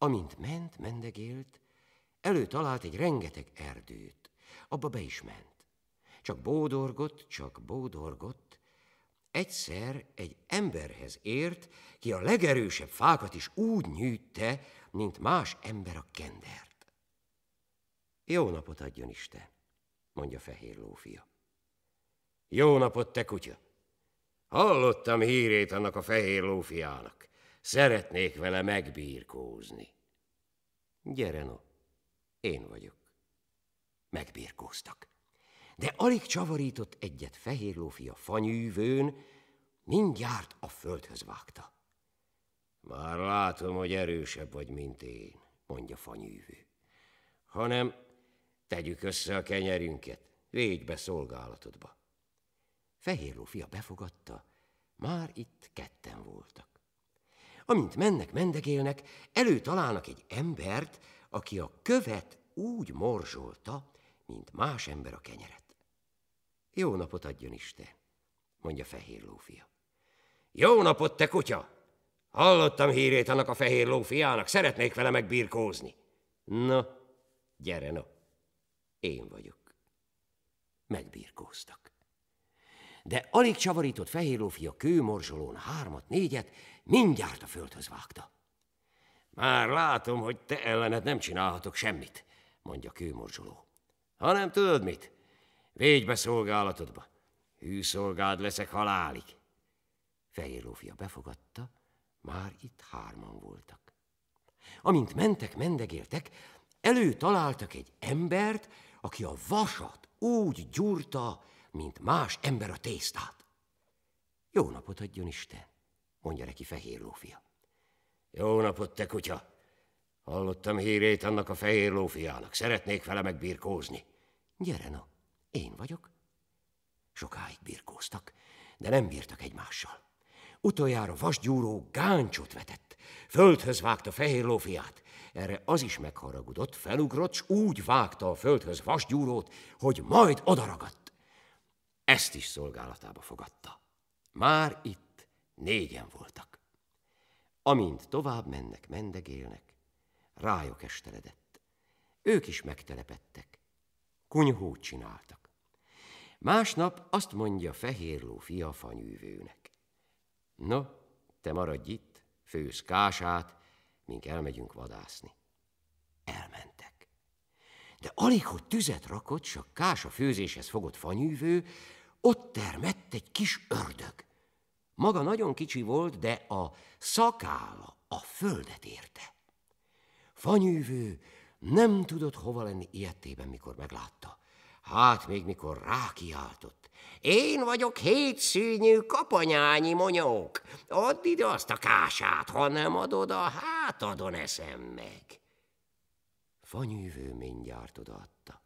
Amint mendegélt, előtalált egy rengeteg erdőt. Abba be is ment. Csak bódorgott, egyszer egy emberhez ért, ki a legerősebb fákat is úgy nyűjtte, mint más ember a kendert. Jó napot adjon Isten, mondja Fehér lófia. Jó napot, te kutya! Hallottam hírét annak a fehér lófiának. Szeretnék vele megbírkózni. Gyere no, én vagyok. Megbírkóztak. De alig csavarított egyet fehér lófia fanyűvőn, mindjárt a földhöz vágta. Már látom, hogy erősebb vagy, mint én, mondja fanyűvő. Hanem tegyük össze a kenyerünket, védj be szolgálatodba. Fehér lófia befogadta, már itt ketten voltak. Amint mendegélnek, előtalálnak egy embert, aki a követ úgy morzsolta, mint más ember a kenyeret. Jó napot adjon Isten, mondja Fehér lófia. Jó napot, te kutya! Hallottam hírét annak a fehér lófiának, szeretnék vele megbírkózni. No, gyere no, én vagyok. Megbírkóztak. De alig csavarított fehér lófia kőmorzsolón 3-4, mindjárt a földhöz vágta. Már látom, hogy te ellened nem csinálhatok semmit, mondja kőmorzsoló. Hanem tudod mit? Védj be szolgálatodba. Hű szolgád leszek halálig. Fehér lófia befogadta, már itt 3 voltak. Amint mendegéltek, előtaláltak egy embert, aki a vasat úgy gyúrta, mint más ember a tésztát. Jó napot adjon Isten, mondja neki Fehér lófia. Jó napot, te kutya! Hallottam hírét annak a fehér lófiának, szeretnék vele megbírkózni. Gyere no, én vagyok. Sokáig birkóztak, de nem bírtak egymással. Utoljára vasgyúró gáncsot vetett, földhöz vágta fehér lófiát. Erre az is megharagudott, felugrott, s úgy vágta a földhöz vasgyúrót, hogy majd odaragadt. Ezt is szolgálatába fogadta. Már itt 4 voltak. Amint tovább mendegélnek, rájuk esteledett. Ők is megtelepedtek. Kunyhót csináltak. Másnap azt mondja Fehér lófia fanyűvőnek. No, te maradj itt, főzz kását, mink elmegyünk vadászni. Elmentek. De alig, hogy tüzet rakott, s a kása főzéshez fogott fanyűvő, ott termett egy kis ördög. Maga nagyon kicsi volt, de a szakálla a földet érte. Fanyűvő nem tudott hova lenni ilyettében, mikor meglátta. Hát még mikor rákiáltott. Én vagyok 7 szűnyű kapanyányi monyók. Add ide azt a kását, ha nem adod, a hátadon eszem meg. Fanyűvő mindjárt odaadta.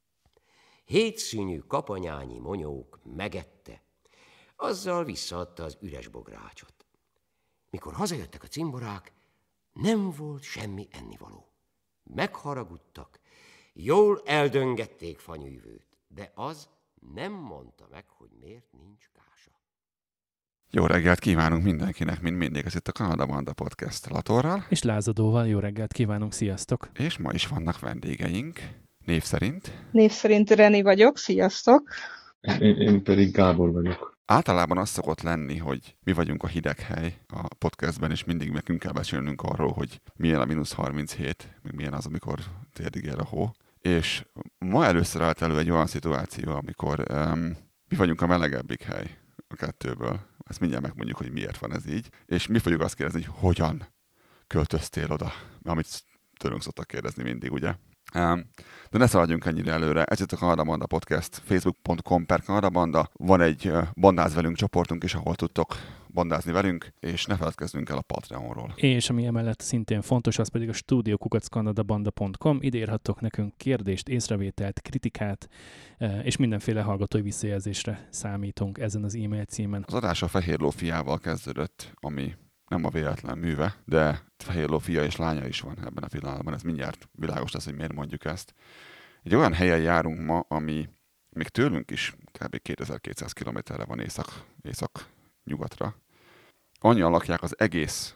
7 szűnyű kapanyányi monyók megette, azzal visszaadta az üres bográcsot. Mikor hazajöttek a cimborák, nem volt semmi ennivaló. Megharagudtak, jól eldöngették fanyűvőt, de az nem mondta meg, hogy miért nincs kása. Jó reggelt kívánunk mindenkinek, mint mindig. Ez itt a Kanada Banda Podcast Latorral. És Lázadóval jó reggelt kívánunk, sziasztok! És ma is vannak vendégeink, név szerint. Név szerint Reni vagyok, sziasztok! Én pedig Gábor vagyok. Általában az szokott lenni, hogy mi vagyunk a hideghely a podcastben, és mindig nekünk kell beszélnünk arról, hogy milyen a -37, meg milyen az, amikor térdig ér a hó. És ma először állt elő egy olyan szituáció, amikor mi vagyunk a melegebbik hely a 2-ből. Ezt mindjárt megmondjuk, hogy miért van ez így. És mi fogjuk azt kérdezni, hogy hogyan költöztél oda, amit tőlünk szoktak kérdezni mindig, ugye? De ne szaladjunk ennyire előre. Ez itt a Kanada Banda Podcast, facebook.com/Kanada Banda. Van egy Bandáz velünk csoportunk is, ahol tudtok bandázni velünk, és ne feledkezzünk el a Patreonról. És ami emellett szintén fontos, az pedig a studio@kanadabanda.com. Ide írhattok nekünk kérdést, észrevételt, kritikát, és mindenféle hallgatói visszajelzésre számítunk ezen az e-mail címen. Az adás a Fehér lófiával kezdődött, ami nem a véletlen műve, de fehér lófia és lánya is van ebben a pillanatban. Ez mindjárt világos lesz, hogy miért mondjuk ezt. Egy olyan helyen járunk ma, ami még tőlünk is kb. 2200 kilométerre van észak-nyugatra. Annyian lakják az egész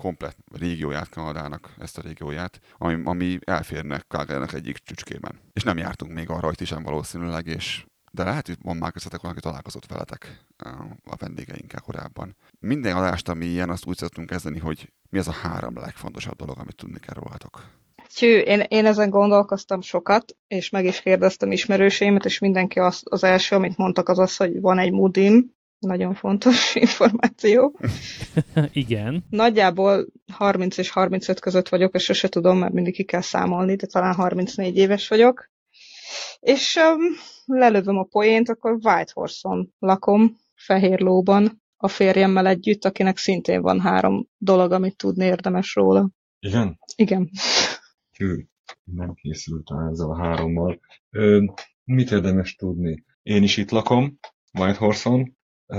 komplett régióját, Kanadának, ezt a régióját, ami elférnek Calgarynek egyik csücskében. És nem jártunk még arra, hogy ti sem valószínűleg, de lehet, hogy van már köztetek valaki találkozott veletek a vendégeinkkel korábban. Minden adást, ami ilyen, azt úgy szoktunk kezdeni, hogy mi az a 3 legfontosabb dolog, amit tudni kell rólatok. Én ezen gondolkoztam sokat, és meg is kérdeztem ismerőseimet, és mindenki az első, amit mondtak, az, hogy van egy Moodim. Nagyon fontos információ. Igen. Nagyjából 30 és 35 között vagyok, és sose tudom, mert mindig ki kell számolni, de talán 34 éves vagyok. És lelövöm a poént, akkor Whitehorse-on lakom, Fehérlóban, a férjemmel együtt, akinek szintén van 3 dolog, amit tudni érdemes róla. Igen? Igen. Hű, nem készültem ezzel a 3-mal. Mit érdemes tudni? Én is itt lakom, Whitehorse-on.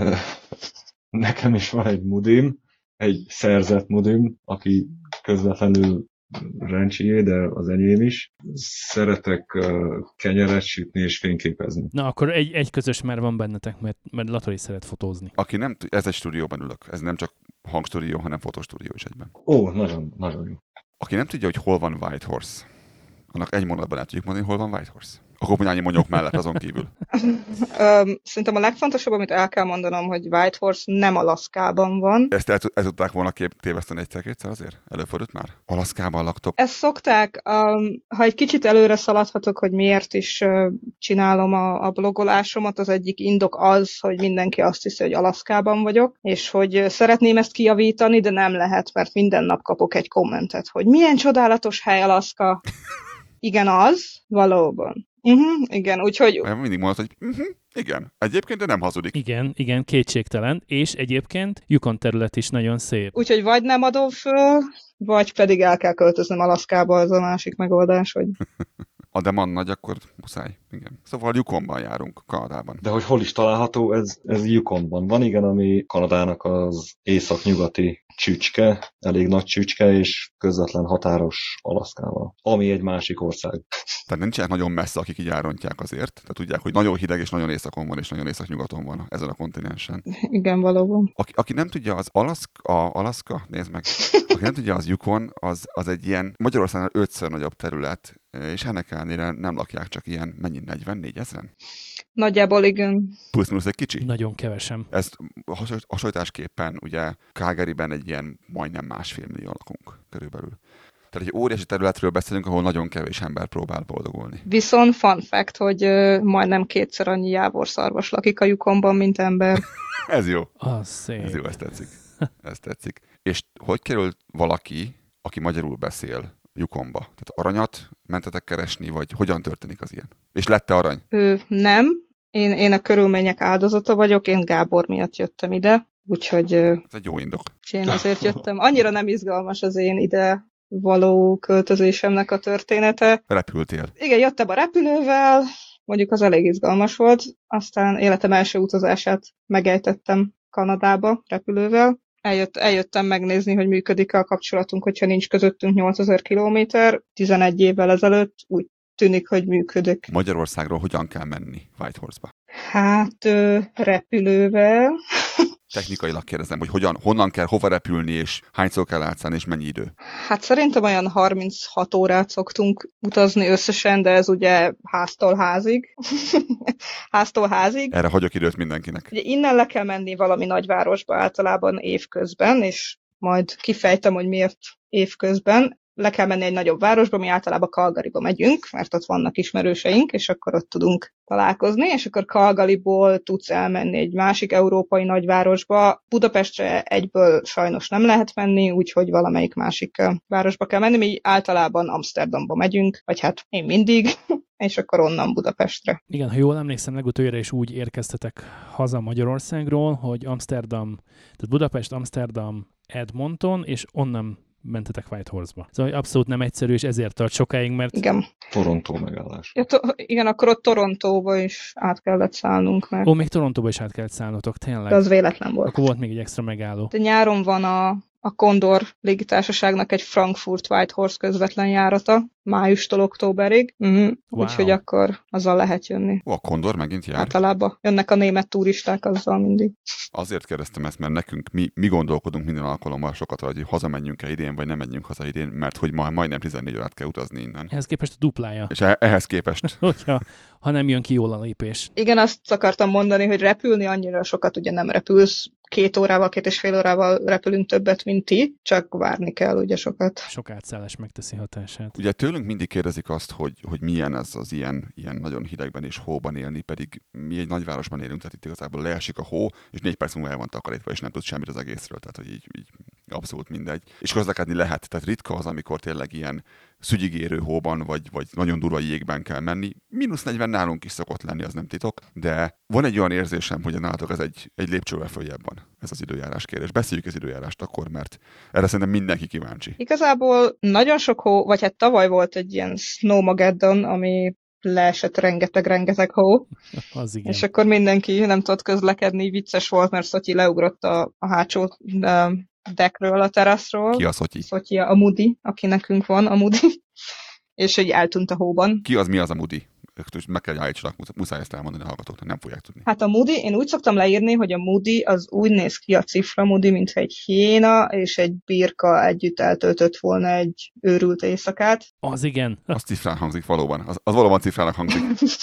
Nekem is van egy Moodim, egy szerzett Moodim, aki közvetlenül Rencsié, de az enyém is. Szeretek kenyeret sütni és fényképezni. Na, akkor egy közös már van bennetek, mert Latori szeret fotózni. Aki nem, ez egy stúdióban ülök. Ez nem csak hangstúdió, hanem fotostúdió is egyben. Ó, nagyon, nagyon jó. Aki nem tudja, hogy hol van Whitehorse, annak egy mondatban el tudjuk mondani, hol van Whitehorse. A koponyányi monyok mellett azon kívül. Szerintem a legfontosabb, amit el kell mondanom, hogy Whitehorse nem Alaszkában van. Ezt el tudták volna téveszteni egyszer-kétszer azért? Előfordult már? Alaszkában laktok? Ezt szokták, ha egy kicsit előre szaladhatok, hogy miért is csinálom a blogolásomat, az egyik indok az, hogy mindenki azt hiszi, hogy Alaszkában vagyok, és hogy szeretném ezt kijavítani, de nem lehet, mert minden nap kapok egy kommentet, hogy milyen csodálatos hely Alaszka. Igen, az, valóban. Igen, úgyhogy... Mindig mondod, hogy igen, egyébként, de nem hazudik. Igen, kétségtelen, és egyébként Yukon terület is nagyon szép. Úgyhogy vagy nem adom föl, vagy pedig el kell költöznöm Alaszkába, az a másik megoldás, hogy... A Deman nagy, akkor muszáj. Igen. Szóval Yukonban járunk, Kanadában. De hogy hol is található, ez Yukonban van, igen, ami Kanadának az északnyugati csücske, elég nagy csücske, és közvetlen határos Alaszkával, ami egy másik ország. Tehát nincsenek nagyon messze, akik így elrontják azért. Tehát tudják, hogy nagyon hideg, és nagyon északon van, és nagyon északnyugaton van ezen a kontinensen. Igen, valóban. Aki nem tudja, az Alaszka, nézd meg, aki nem tudja, az Yukon, az egy ilyen Magyarországnál 5-szer nagyobb terület, és ennek ellenére nem lakják csak ilyen, mennyi, 44 000? Nagyjából igen. Plusz-minusz egy kicsi? Nagyon kevesen. Ezt hasonlításképpen ugye Calgaryben egy ilyen majdnem 1,5 millió lakunk körülbelül. Tehát egy óriási területről beszélünk, ahol nagyon kevés ember próbál boldogulni. Viszont fun fact, hogy majdnem 2-szer annyi jávorszarvas lakik a Yukonban, mint ember. Ez jó. Az szép. Ez jó, ez tetszik. És hogy kerül valaki, aki magyarul beszél, Yukonba? Tehát aranyat mentetek keresni, vagy hogyan történik az ilyen? És lett-e arany? Nem. Én a körülmények áldozata vagyok, én Gábor miatt jöttem ide, úgyhogy... Ez egy jó indok. Én azért jöttem. Annyira nem izgalmas az én ide való költözésemnek a története. Repültél? Igen, jöttem a repülővel, mondjuk az elég izgalmas volt, aztán életem első utazását megejtettem Kanadába repülővel. Eljöttem megnézni, hogy működik a kapcsolatunk, hogyha nincs közöttünk 8000 kilométer. 11 évvel ezelőtt úgy tűnik, hogy működik. Magyarországról hogyan kell menni Whitehorse-ba? Hát repülővel. Technikailag kérdezem, hogy honnan kell, hova repülni, és hányszor kell átszállni, és mennyi idő? Hát szerintem olyan 36 órát szoktunk utazni összesen, de ez ugye háztól házig. Háztól házig. Erre hagyok időt mindenkinek. Ugye innen le kell menni valami nagyvárosba általában évközben, és majd kifejtem, hogy miért évközben. Le kell menni egy nagyobb városba, mi általában Calgaryba megyünk, mert ott vannak ismerőseink, és akkor ott tudunk találkozni, és akkor Calgaryból tudsz elmenni egy másik európai nagyvárosba. Budapestre egyből sajnos nem lehet menni, úgyhogy valamelyik másik városba kell menni. Mi általában Amsterdamba megyünk, vagy hát én mindig, és akkor onnan Budapestre. Igen, ha jól emlékszem, legutoljára is úgy érkeztetek haza Magyarországról, hogy Amsterdam, tehát Budapest, Amsterdam, Edmonton, és onnan mentetek Whitehorse-ba. Szóval abszolút nem egyszerű, és ezért tart sokáig, mert... Igen. Toronto megállás. Ja, igen, akkor ott Torontóba is át kellett szállnunk meg. Még Torontóba is át kellett szállnotok, tényleg. De az véletlen volt. Akkor volt még egy extra megálló. De nyáron van a Condor légitársaságnak egy Frankfurt Whitehorse közvetlen járata, májustól októberig, úgyhogy akkor azzal lehet jönni. A Condor megint jár? Általában jönnek a német turisták azzal mindig. Azért kérdeztem ezt, mert nekünk mi gondolkodunk minden alkalommal sokat, hogy hazamenjünk-e idén, vagy nem menjünk haza idén, mert hogy majdnem 14 órát kell utazni innen. Ehhez képest a duplája. És ehhez képest. Ha nem jön ki jól a lépés. Igen, azt akartam mondani, hogy repülni annyira sokat ugye nem repülsz. 2 órával, 2,5 órával repülünk többet, mint ti, csak várni kell ugye sokat. Sok átszállás megteszi hatását. Ugye tőlünk mindig kérdezik azt, hogy milyen ez az ilyen nagyon hidegben és hóban élni, pedig mi egy nagyvárosban élünk, tehát itt igazából leesik a hó, és 4 perc múlva el van takarítva, és nem tud semmit az egészről, tehát hogy így abszolút mindegy. És közlekedni lehet, tehát ritka az, amikor tényleg ilyen szügyigérő hóban, vagy nagyon durva jégben kell menni. -40 nálunk is szokott lenni, az nem titok, de van egy olyan érzésem, hogy nálatok ez egy lépcsővel följebb van, ez az időjárás kérdés. Beszéljük az időjárást akkor, mert erre szerintem mindenki kíváncsi. Igazából nagyon sok hó, vagy hát tavaly volt egy ilyen Snowmageddon, ami leesett rengeteg hó. Az igen. És akkor mindenki nem tudott közlekedni, vicces volt, mert Szotyi leugrott a hátsó deckről, a teraszról. Ki a Szotyi? Szotyi a Moody, aki nekünk van, a Moody. És hogy eltűnt a hóban. Ki az, mi az a Moody? Meg kell állítsanak, muszáj ezt elmondani a hallgatóknak, nem fogják tudni. Hát a Moody, én úgy szoktam leírni, hogy a Moody az úgy néz ki, a cifra Moody, mintha egy héna és egy birka együtt eltöltött volna egy őrült éjszakát. Az igen. Az cifrán hangzik valóban. Az valóban cifrának hangzik.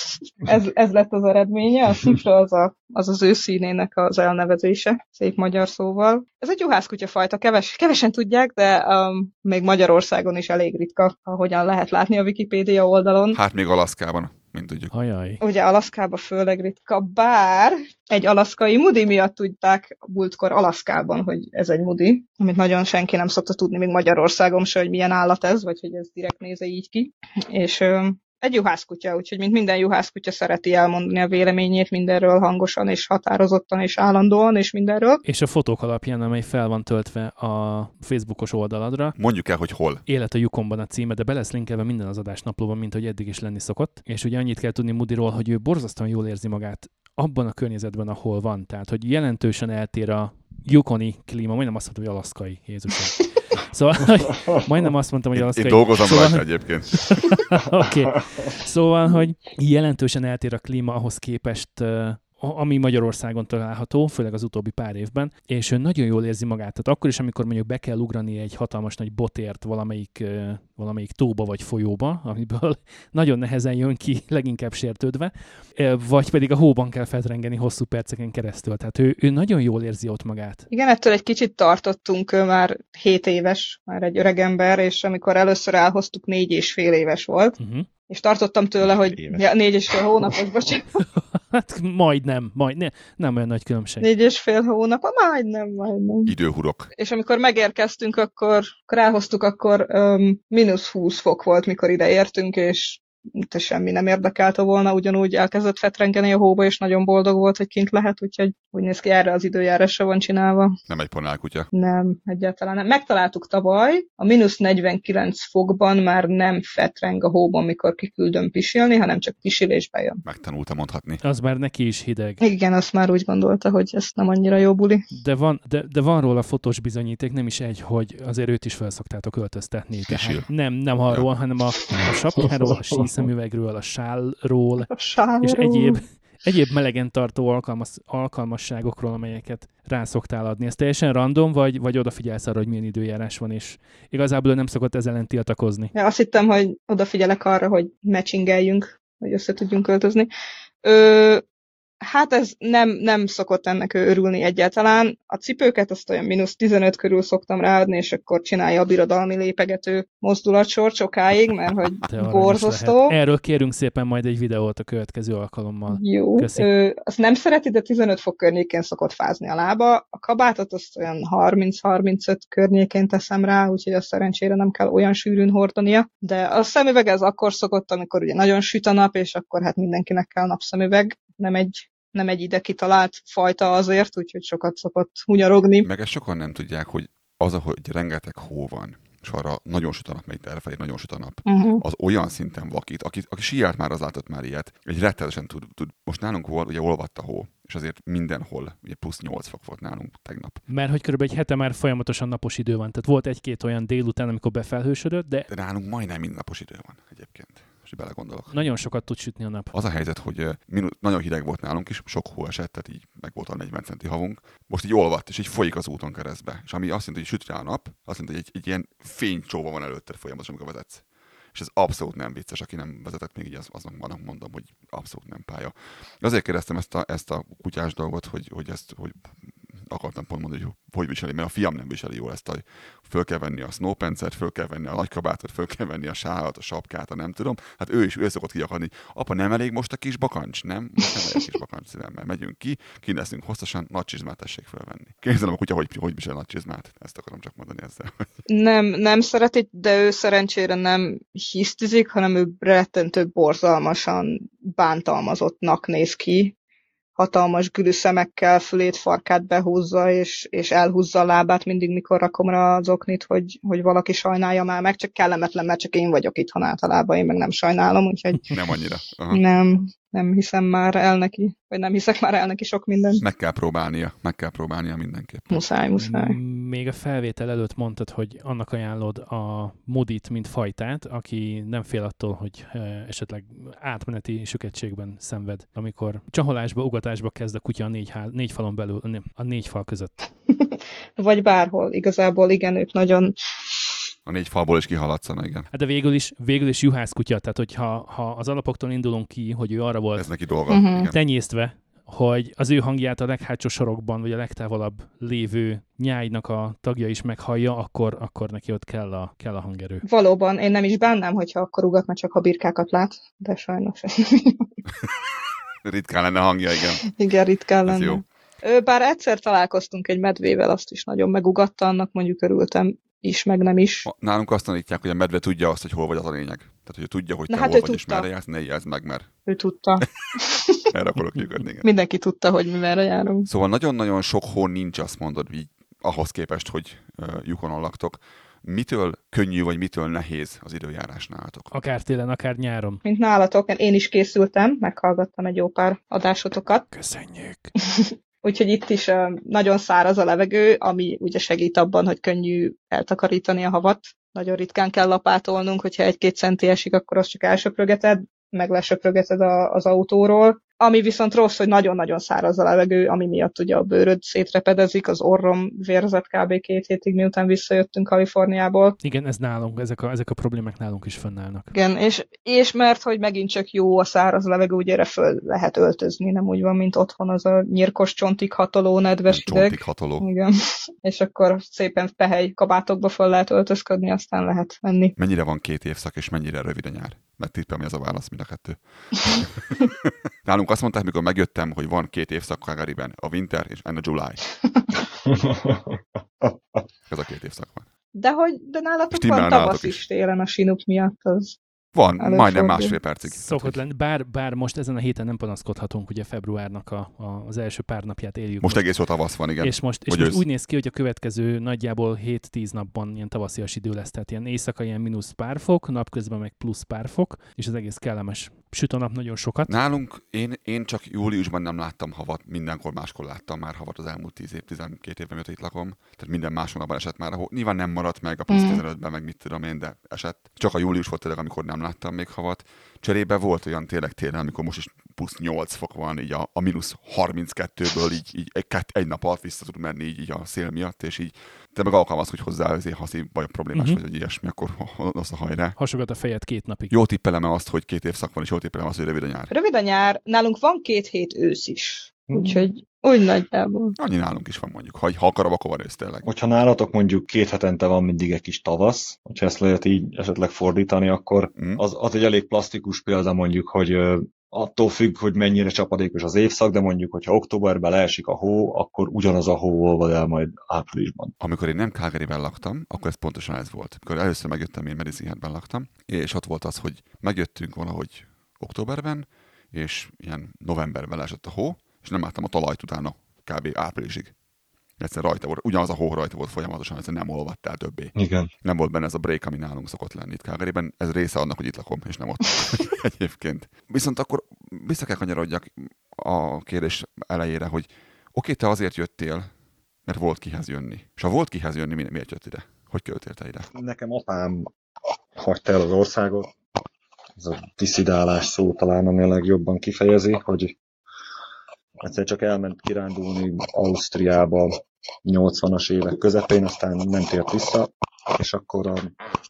ez lett az eredménye. A cifra az ő színének az elnevezése, szép magyar szóval. Ez egy juhászkutyafajta, kevesen tudják, de még Magyarországon is elég ritka, ahogyan lehet látni a Wikipédia oldalon. Hát még Alaszkában, mint tudjuk. Ajaj. Ugye Alaszkában főleg ritka, bár egy alaszkai Moody miatt tudták múltkor Alaszkában, hogy ez egy Moody, amit nagyon senki nem szokta tudni, még Magyarországon se, hogy milyen állat ez, vagy hogy ez direkt néze így ki. És egy juhászkutya, úgyhogy mint minden juhászkutya szereti elmondani a véleményét mindenről hangosan és határozottan és állandóan és mindenről. És a fotók alapján, amely fel van töltve a Facebookos oldaladra. Mondjuk el, hogy hol. Élet a Yukonban a címe, de be lesz linkelve minden az adásnaplóban, mint hogy eddig is lenni szokott. És ugye annyit kell tudni Moodyról, hogy ő borzasztóan jól érzi magát abban a környezetben, ahol van. Tehát, hogy jelentősen eltér a yukoni klíma, majdnem azt mondtam, hogy alaszkai, Jézusom. Szóval, majdnem azt mondtam, hogy alaszkai. Én dolgozom rajta egyébként. Oké. Szóval, hogy jelentősen eltér a klíma ahhoz képest, ami Magyarországon található, főleg az utóbbi pár évben, és ő nagyon jól érzi magát. Tehát akkor is, amikor mondjuk be kell ugrani egy hatalmas nagy botért valamelyik tóba vagy folyóba, amiből nagyon nehezen jön ki, leginkább sértődve, vagy pedig a hóban kell fetrengeni hosszú perceken keresztül. Tehát ő nagyon jól érzi ott magát. Igen, ettől egy kicsit tartottunk, már 7 éves, már egy öreg ember, és amikor először elhoztuk, 4,5 éves volt. És tartottam tőle, hogy 4,5 hónapos, bocsánat. Hát majdnem, nem olyan nagy különbség. 4,5 hónap, majdnem. Időhurok. És amikor megérkeztünk, akkor elhoztuk, akkor -20 fok volt, mikor ide értünk, és semmi nem érdekelte volna, ugyanúgy elkezdett fetrengeni a hóba, és nagyon boldog volt, hogy kint lehet, úgyhogy úgy néz ki, erre az időjárásra van csinálva. Nem egy panálkutya. Nem, egyáltalán nem. Megtaláltuk tavaly, a -49 fokban már nem fetreng a hóban, mikor kiküldöm pisilni, hanem csak pisilésbe jön. Megtanulta mondhatni. Az már neki is hideg. Igen, azt már úgy gondolta, hogy ez nem annyira jó buli. De van róla fotós bizonyíték, nem is egy, hogy azért őt is felszoktátok öltöztetni. Tehát nem arról, hanem a sapkáról, a síszemüvegről, a sálról, és egyéb melegen tartó alkalmasságokról, amelyeket rá szoktál adni. Ez teljesen random, vagy odafigyelsz arra, hogy milyen időjárás van, és igazából nem szokott ezzel ellen tiltakozni? Ja, azt hittem, hogy odafigyelek arra, hogy matchingeljünk, hogy össze tudjunk költözni. Hát ez nem szokott ennek örülni egyáltalán. A cipőket azt olyan -15 körül szoktam ráadni, és akkor csinálja a birodalmi lépegető mozdulatsort sokáig, mert hogy borzasztó. Erről kérünk szépen majd egy videót a következő alkalommal. Jó. Azt nem szereti, de 15 fok környékén szokott fázni a lába. A kabátot azt olyan 30-35 környékén teszem rá, úgyhogy azt szerencsére nem kell olyan sűrűn hordania. De a szemüveg ez akkor szokott, amikor ugye nagyon süt a nap, és akkor hát mindenkinek kell napszemüveg. Nem egy ide kitalált fajta azért, úgyhogy sokat szokott hunyarogni. Meg ezt sokan nem tudják, hogy az, ahogy rengeteg hó van, és arra nagyon süt a nap, melyik errefelé nagyon süt a nap, Uh-huh. az olyan szinten vakít, aki síjárt már, az látott már ilyet, egy rettenetesen tud. Most nálunk volt, ugye olvadt a hó, és azért mindenhol ugye plusz 8 fok volt nálunk tegnap. Mert hogy körülbelül egy hete már folyamatosan napos idő van. Tehát volt egy-két olyan délután, amikor befelhősödött, de De nálunk majdnem mind napos idő van egyébként. És belegondolok. nagyon sokat tud sütni a nap. Az a helyzet, hogy nagyon hideg volt nálunk is, sok hó esett, tehát így meg volt a 40 centi havunk. Most így olvadt, és így folyik az úton keresztbe. És ami azt jelenti, hogy süt rá a nap, azt jelenti, hogy egy ilyen fénycsóva van előtted folyamatosan, amikor vezetsz. És ez abszolút nem vicces, aki nem vezetett még így, aznak mondom, hogy abszolút nem pálya. Azért kérdeztem ezt a kutyás dolgot, hogy akartam pont mondani, hogy viseli, mert a fiam nem viseli jól ezt föl kell venni a snowpencet, föl kell venni a nagykabátot, föl kell venni a sálat, a sapkát, nem tudom. Hát ő szokott kiakadni. Apa, nem elég most a kis bakancs, nem? Most nem elég kis bakancs szívem, mert megyünk ki leszünk hosszasan, nagy csizmát tessék fölvenni. Képzelem a kutya, hogy visel nagy csizmát. Ezt akarom csak mondani ezzel. Nem szereti, de ő szerencsére nem hisztizik, hanem ő rettentő borzalmasan bántalmazottnak néz ki. Hatalmas gülű szemekkel fülét, farkát behúzza, és elhúzza a lábát mindig, mikor rakom rá az oknit, hogy valaki sajnálja már meg, csak kellemetlen, mert csak én vagyok itthon általában, én meg nem sajnálom, úgyhogy Nem annyira. Aha. nem hiszem már el neki, vagy nem hiszek már el neki sok mindent. Meg kell próbálnia mindenképp. Muszáj. Még a felvétel előtt mondtad, hogy annak ajánlod a Moodit, mint fajtát, aki nem fél attól, hogy esetleg átmeneti süketségben szenved, amikor csaholásba, ugatásba kezd a kutya a négy falon belül, a 4 fal között. Vagy bárhol. Igazából igen, ők nagyon... A 4 falból is kihaladszanak, igen. Hát de végül is juhász kutya, tehát hogyha az alapoktól indulunk ki, hogy ő arra volt Ez neki dolga. Igen. tenyésztve, hogy az ő hangját a leghátsó sorokban, vagy a legtávolabb lévő nyájnak a tagja is meghallja, akkor neki ott kell a hangerő. Valóban, én nem is bánnám, hogyha akkor ugatna, csak ha birkákat lát, de sajnos. Ritkán lenne hangja, igen. Igen, ritkán Ez lenne. jó. Bár egyszer találkoztunk egy medvével, azt is nagyon megugatta, annak mondjuk örültem is, meg nem is. Nálunk azt tanítják, hogy a medve tudja azt, hogy hol vagy, az a lényeg. Tehát, hogy tudja, hogy Na te hát hol ő vagy, és tudta. merre jársz, ne jelzd meg, mert Ő tudta. erre akarok lyugodni. Igen. Mindenki tudta, hogy mi merre járunk. Szóval nagyon-nagyon sok hó nincs, azt mondod, így ahhoz képest, hogy Yukonon laktok. Mitől könnyű, vagy mitől nehéz az időjárás nálatok? Akár télen, akár nyáron. Mint nálatok, én is készültem, meghallgattam egy jó pár adásotokat. Köszönjük! Úgyhogy itt is nagyon száraz a levegő, ami ugye segít abban, hogy könnyű eltakarítani a havat. Nagyon ritkán kell lapátolnunk, hogyha 1-2 centi esik, akkor azt csak elsöprögeted, meg lesöprögeted az autóról. Ami viszont rossz, hogy nagyon-nagyon száraz a levegő, ami miatt ugye a bőröd szétrepedezik, az orrom vérzett kb. 2 hétig, miután visszajöttünk Kaliforniából. Igen, ez nálunk, ezek a problémák nálunk is fönnállnak. Igen, és mert hogy megint csak jó a száraz levegő, ugye erre föl lehet öltözni, nem úgy van, mint otthon az a nyírkos csontig hatoló, nedves hideg. Csontig hatoló. Igen, és akkor szépen pehely kabátokba föl lehet öltözködni, aztán lehet menni. Mennyire van 2 évszak, és mennyire rövid a nyár? Megtippem, mi az a válasz, mind a 2. Nálunk azt mondták, mikor megjöttem, hogy van 2 évszak Calgaryben, a winter és a July. Ez a 2 évszak van. De nálatok Stimmel van nálatok tavasz is. is télen a Sinup miatt, az Van, majdnem Előfordul. 1,5 percig. Szokott lenni, bár most ezen a héten nem panaszkodhatunk, ugye februárnak az első pár napját éljük. Most egész jó tavasz van, igen. És most ősz. úgy néz ki, hogy a következő nagyjából 7-10 napban ilyen tavaszias idő lesz, tehát ilyen éjszaka ilyen mínusz pár fok, napközben meg plusz pár fok, és az egész kellemes. Süt a nap nagyon sokat. Nálunk én csak júliusban nem láttam havat, mindenkor máskor láttam már havat az elmúlt 10 év, 12 évben, mióta itt lakom. Tehát minden más hónapban esett már a hó. Nyilván nem maradt meg a plusz 15-ben, meg mit tudom én, de esett. Csak a július volt tényleg, amikor nem láttam még havat. Cserébe volt olyan tényleg télen, amikor most is plusz 8 fok van, így a mínusz 32-ből így egy nap alatt vissza tud menni így a szél miatt, és így te meg alkalmazkodj hozzá, azért ha baj problémás vagy ilyesmi, akkor az a hajrá. Hasogat a fejed 2 napig. Jó tippelem azt, hogy 2 évszak van, és jó tippelem azt, hogy rövid a nyár. rövid a nyár, nálunk van 2 hét ősz is, úgyhogy úgy nagyjából. Annyi nálunk is van mondjuk, ha akarok, akkor van ősz tényleg. Hogyha nálatok mondjuk 2 hetente van mindig egy kis tavasz, hogyha ezt lehet így esetleg fordítani, akkor az egy elég plastikus példa mondjuk, hogy attól függ, hogy mennyire csapadékos az évszak, de mondjuk, hogyha októberben leesik a hó, akkor ugyanaz a hó olvad el majd áprilisban. Amikor én nem Calgaryben laktam, akkor ez pontosan ez volt. Amikor először megjöttem, én Medicine Hatben laktam, és ott volt az, hogy megjöttünk valahogy októberben, és ilyen novemberben leesett a hó, és nem láttam a talajt utána kb. Áprilisig. Egyszer rajta volt, ugyanaz a hó rajta volt folyamatosan, egyszer nem olvadtál többé. Igen. Nem volt benne ez a break, ami nálunk szokott lenni itt Calgaryben. Ez része annak, hogy itt lakom, és nem ott egyébként. Viszont akkor vissza kell kanyarodjak a kérdés elejére, hogy oké, te azért jöttél, mert volt kihez jönni. És ha volt kihez jönni, miért jött ide? Hogy költél te ide? Nekem apám hagyta el az országot. Ez a diszidálás szó talán, ami a legjobban kifejezi, hogy egyszer csak elment kirándulni Ausztriába 80-as évek közepén, aztán nem tért vissza, és akkor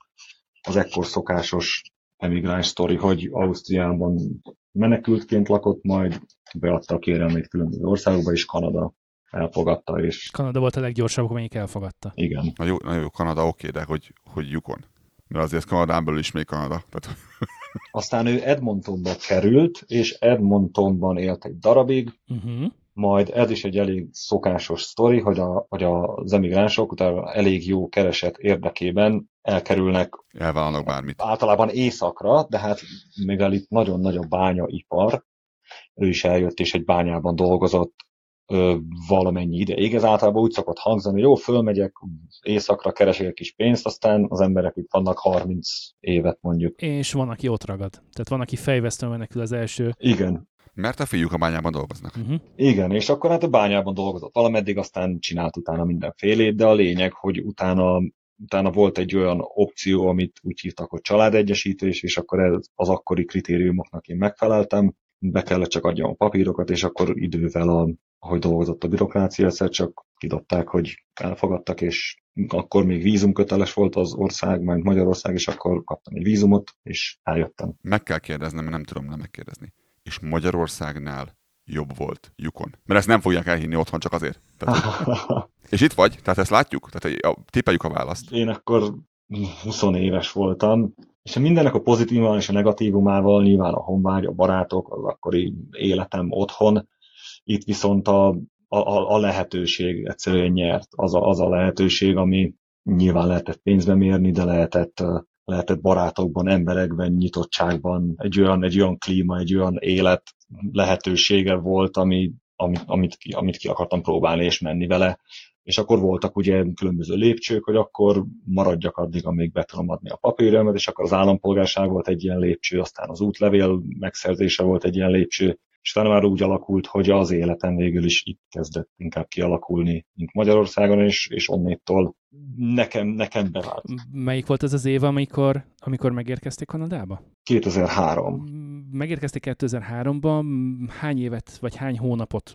az ekkor szokásos emigráns sztori, hogy Ausztriában menekültként lakott, majd beadta a kérelmét különböző országokba, és Kanada elfogadta, és... Kanada volt a leggyorsabb, amelyik elfogadta. Igen. Nagyon jó Kanada, oké, de hogy Yukon. Mert azért Kanadán belül is még Kanada. Tehát... Aztán ő Edmontonba került, és Edmontonban élt egy darabig, majd ez is egy elég szokásos sztori, hogy az emigránsok utána elég jó kereset érdekében elkerülnek elvállalnak bármit. Általában északra, de hát mivel itt nagyon nagy a bányaipar, ő is eljött és egy bányában dolgozott valamennyi ideig. Ez általában úgy szokott hangzani, hogy jó, fölmegyek, északra keresek egy kis pénzt, aztán az emberek itt vannak 30 évet mondjuk. És van, aki ott ragad. Tehát van, aki fejvesztően menekül az első. Igen. Mert a fiúk a bányában dolgoznak. Igen, és akkor hát a bányában dolgozott valameddig, aztán csinált utána mindenfélét, de a lényeg, hogy utána volt egy olyan opció, amit úgy hívtak, hogy családegyesítés, és akkor ez az akkori kritériumoknak én megfeleltem, be kellett csak adjam a papírokat, és akkor idővel, ahogy dolgozott a bürokrácia, egyszer csak kidobták, hogy elfogadtak, és akkor még vízumköteles volt az ország, majd Magyarország, és akkor kaptam egy vízumot, és eljöttem. Meg kell kérdeznem, mert nem tudom nem megkérdezni. És Magyarországnál jobb volt Yukon. Mert ezt nem fogják elhinni otthon csak azért. Tehát, és itt vagy, tehát ezt látjuk, tehát tippeljük a választ. Én akkor 20 éves voltam, és mindennek a pozitívumával és a negatívumával nyilván a honvágy, a barátok, az akkori életem otthon, itt viszont a lehetőség egyszerűen nyert. Az a lehetőség, ami nyilván lehetett pénzbe mérni, de lehetett barátokban, emberekben, nyitottságban, egy olyan klíma, egy olyan élet lehetősége volt, amit ki akartam próbálni és menni vele. És akkor voltak ugye különböző lépcsők, hogy akkor maradjak addig, amíg be tudom adni a papírjaimat, és akkor az állampolgárság volt egy ilyen lépcső, aztán az útlevél megszerzése volt egy ilyen lépcső, és utána már úgy alakult, hogy az életem végül is itt kezdett inkább kialakulni, mint Magyarországon, és onnétól nekem bevált. Melyik volt ez az év, amikor megérkezték Kanadába? 2003. Megérkezték 2003-ban, hány évet, vagy hány hónapot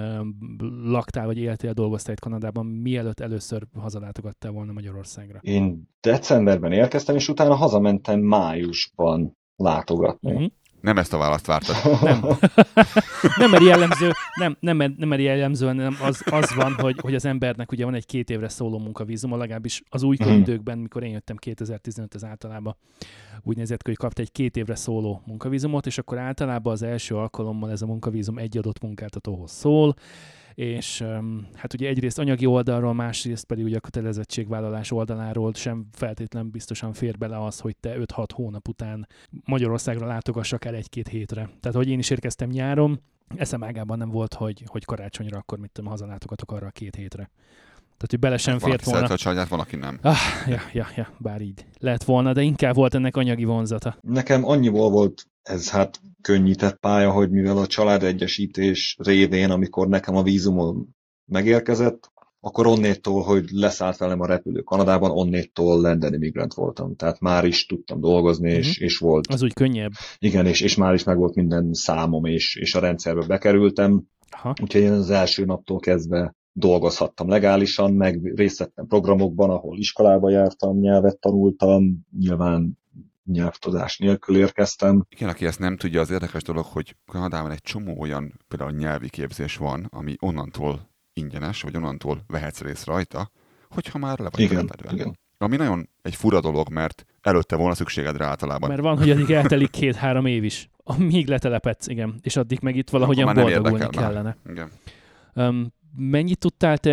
laktál, vagy éltél, dolgoztál itt Kanadában, mielőtt először hazalátogattál volna Magyarországra? Én decemberben érkeztem, és utána hazamentem májusban látogatni. Nem ezt a választ vártad. Nem. Nem, mert jellemző, nem jellemzően az van, hogy az embernek ugye van egy 2 évre szóló munkavízuma, legalábbis az újkori időkben, mikor én jöttem 2015 az általában úgy nézett ki, hogy kapta egy 2 évre szóló munkavízumot, és akkor általában az első alkalommal ez a munkavízum egy adott munkáltatóhoz szól, és hát ugye egyrészt anyagi oldalról, másrészt pedig ugye a kötelezettségvállalás oldaláról sem feltétlenül biztosan fér bele az, hogy te 5-6 hónap után Magyarországra látogass akár 1-2 hétre. Tehát, hogy én is érkeztem nyáron, eszem ágában nem volt, hogy karácsonyra akkor hazalátogatok arra a 2 hétre. Tehát, hogy bele sem fért volna. Valaki családját, valaki nem. Ja, bár így lehet volna, de inkább volt ennek anyagi vonzata. Nekem annyiból volt ez hát könnyített pálya, hogy mivel a családegyesítés révén, amikor nekem a vízumom megérkezett, akkor onnétól, hogy leszállt velem a repülő Kanadában, onnétól London immigrant voltam. Tehát már is tudtam dolgozni, és volt. Az úgy könnyebb. Igen, és már is meg volt minden számom, és a rendszerbe bekerültem. Aha. Úgyhogy én az első naptól kezdve dolgozhattam legálisan, meg részt vettem programokban, ahol iskolába jártam, nyelvet tanultam, nyilván nyelvtudás nélkül érkeztem. Igen, aki ezt nem tudja, az érdekes dolog, hogy Kanadában egy csomó olyan például nyelvi képzés van, ami onnantól ingyenes, vagy onnantól vehetsz részt rajta, hogyha már le vagy telepedve. Igen. Ami nagyon egy fura dolog, mert előtte volna szükséged rá általában. Mert van, hogy addig eltelik 2-3 év is, amíg letelepedsz, igen, és addig meg itt valahogyan boldogulni kellene. Igen. Mennyit tudtál te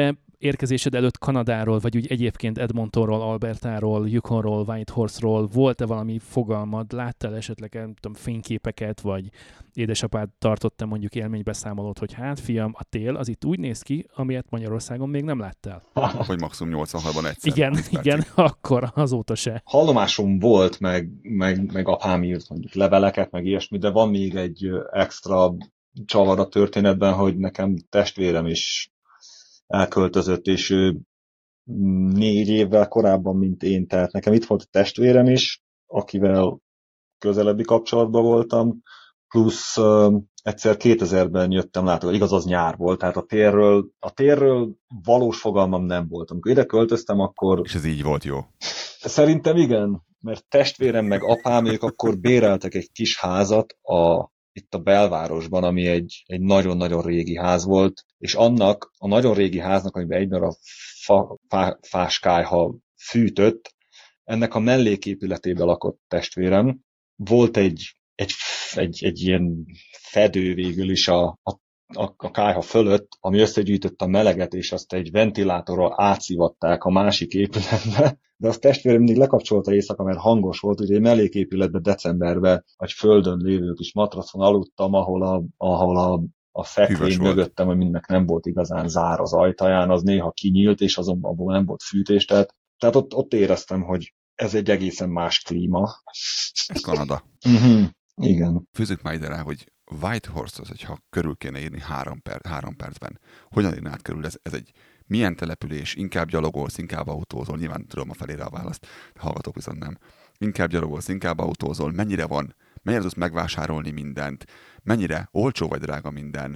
érkezésed előtt Kanadáról, vagy úgy egyébként Edmontonról, Albertáról, Yukonról, Whitehorse-ról volt-e valami fogalmad? Láttál esetleg, nem tudom, fényképeket, vagy édesapád tartott-e mondjuk élménybeszámolót, hogy hát fiam, a tél az itt úgy néz ki, amilyet Magyarországon még nem láttál? Hogy maximum 86-ban egyszer. Igen, akkor azóta se. Hallomásom volt, meg apám írt mondjuk leveleket, meg ilyesmi, de van még egy extra csavar a történetben, hogy nekem testvérem is elköltözött, és ő 4 évvel korábban, mint én, tehát nekem itt volt a testvérem is, akivel közelebbi kapcsolatban voltam, plusz egyszer 2000-ben jöttem látogatni, igaz, az nyár volt, tehát a térről valós fogalmam nem volt. Amikor ide költöztem, akkor... És ez így volt jó? Szerintem igen, mert testvérem meg apám, ők akkor béreltek egy kis házat itt a belvárosban, ami egy nagyon-nagyon régi ház volt, és annak a nagyon régi háznak, amiben egyben a fáskályha fűtött, ennek a melléképületében lakott testvérem. Volt egy ilyen fedő végül is a kályha fölött, ami összegyűjtött a meleget, és azt egy ventilátorral átszivatták a másik épületbe, de azt testvérem mindig lekapcsolta éjszaka, mert hangos volt, ugye melléképületben decemberben, vagy földön lévő kis matracon aludtam, ahol a fekvény mögöttem, hogy mindnek nem volt igazán zár az ajtaján, az néha kinyílt, és abból nem volt fűtés, tehát ott éreztem, hogy ez egy egészen más klíma. Ez Kanada. Igen. Fűzzük már ide rá, hogy Whitehorse-hoz, hogyha körül kéne írni 3 percben, hogyan írnád körül? Ez egy milyen település? Inkább gyalogolsz, inkább autózol? Nyilván tudom a felére a választ, de hallgatók viszont nem. Inkább gyalogolsz, inkább autózol? Mennyire tudsz megvásárolni mindent? Mennyire olcsó vagy drága minden?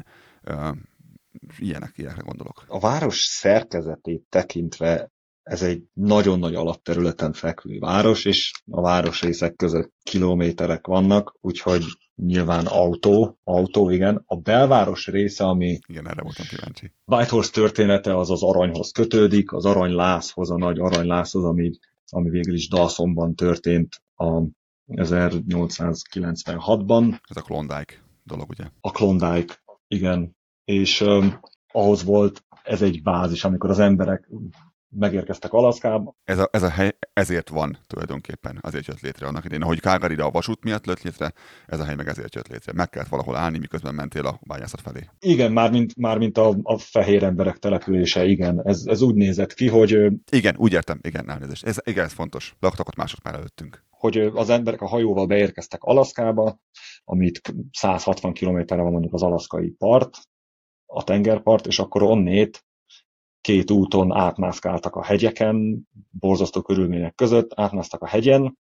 Ilyenekre gondolok. A város szerkezetét tekintve ez egy nagyon nagy alapterületen fekvő város, és a városrészek között kilométerek vannak, úgyhogy nyilván autó, igen. A belváros része, ami... Igen, erre voltam kíváncsi. Whitehorse története az aranyhoz kötődik, az aranylászhoz, a nagy aranylászhoz, ami végül is Dawsonban történt a 1896-ban. Ez a Klondike dolog, ugye? A Klondike, igen. És ahhoz volt ez egy bázis, amikor az emberek megérkeztek Alaszkába. Ez a hely ezért van tulajdonképpen, azért jött létre annak idején. Ahogy Calgaryra a vasút miatt lett létre, ez a hely meg ezért jött létre. Meg kellett valahol állni, miközben mentél a bányászat felé. Igen, mármint a fehér emberek települése, igen. Ez úgy nézett ki, hogy... Igen, úgy értem, igen, elnézést. Ez fontos. Laktak ott mások már előttünk. Hogy az emberek a hajóval beérkeztek Alaszkába, amit 160 kilométerre van mondjuk az alaszkai part, a tengerpart, és akkor onnét 2 úton átmászkáltak a hegyeken, borzasztó körülmények között, átmásztak a hegyen.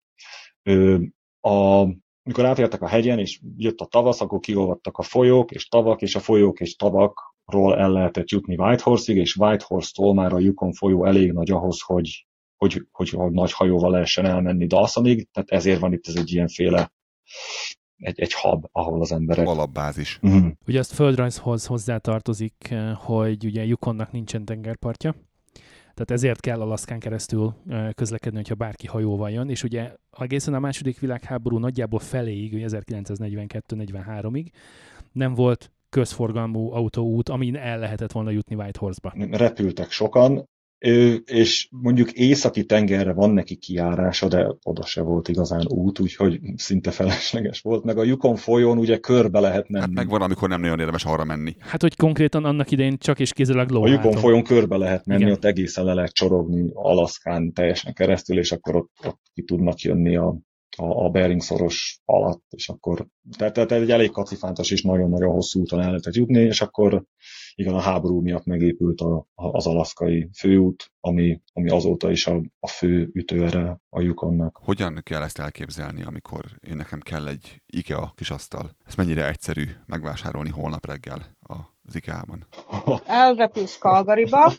Mikor átértek a hegyen, és jött a tavasz, akkor kiolvadtak a folyók és tavak, és a folyók és tavakról el lehetett jutni Whitehorse-ig, és Whitehorse-tól már a Yukon folyó elég nagy ahhoz, hogy nagy hajóval lehessen elmenni Dawsonig, tehát ezért van itt ez egy ilyenféle egy hub, ahol az emberek... Alapbázis. Ugye azt földrajzhoz hozzátartozik, hogy ugye Yukonnak nincsen tengerpartja, tehát ezért kell Alaszkán keresztül közlekedni, hogyha bárki hajóval jön, és ugye egészen a második világháború nagyjából feléig, 1942-43-ig nem volt közforgalmú autóút, amin el lehetett volna jutni Whitehorse-ba. Repültek sokan, és mondjuk északi tengerre van neki kijárása, de oda se volt igazán út, úgyhogy szinte felesleges volt. Meg a Yukon folyón ugye körbe lehet menni. Hát meg van, amikor nem nagyon érdemes arra menni. Hát, hogy konkrétan annak idején csak és kézzel a Yukon folyón körbe lehet menni, igen. Ott egészen le lehet csorogni Alaszkán teljesen keresztül, és akkor ott ki tudnak jönni a Bering-szoros alatt, és akkor tehát egy elég kacifántos és nagyon-nagyon hosszú úton el lehetett jutni, és akkor igen, a háború miatt megépült az alaszkai főút, ami azóta is a fő ütőere a Yukonnak. Hogyan kell ezt elképzelni, amikor nekem kell egy IKEA kisasztal? Ez mennyire egyszerű megvásárolni holnap reggel az IKEA-ban? Elrepülsz Calgaryba.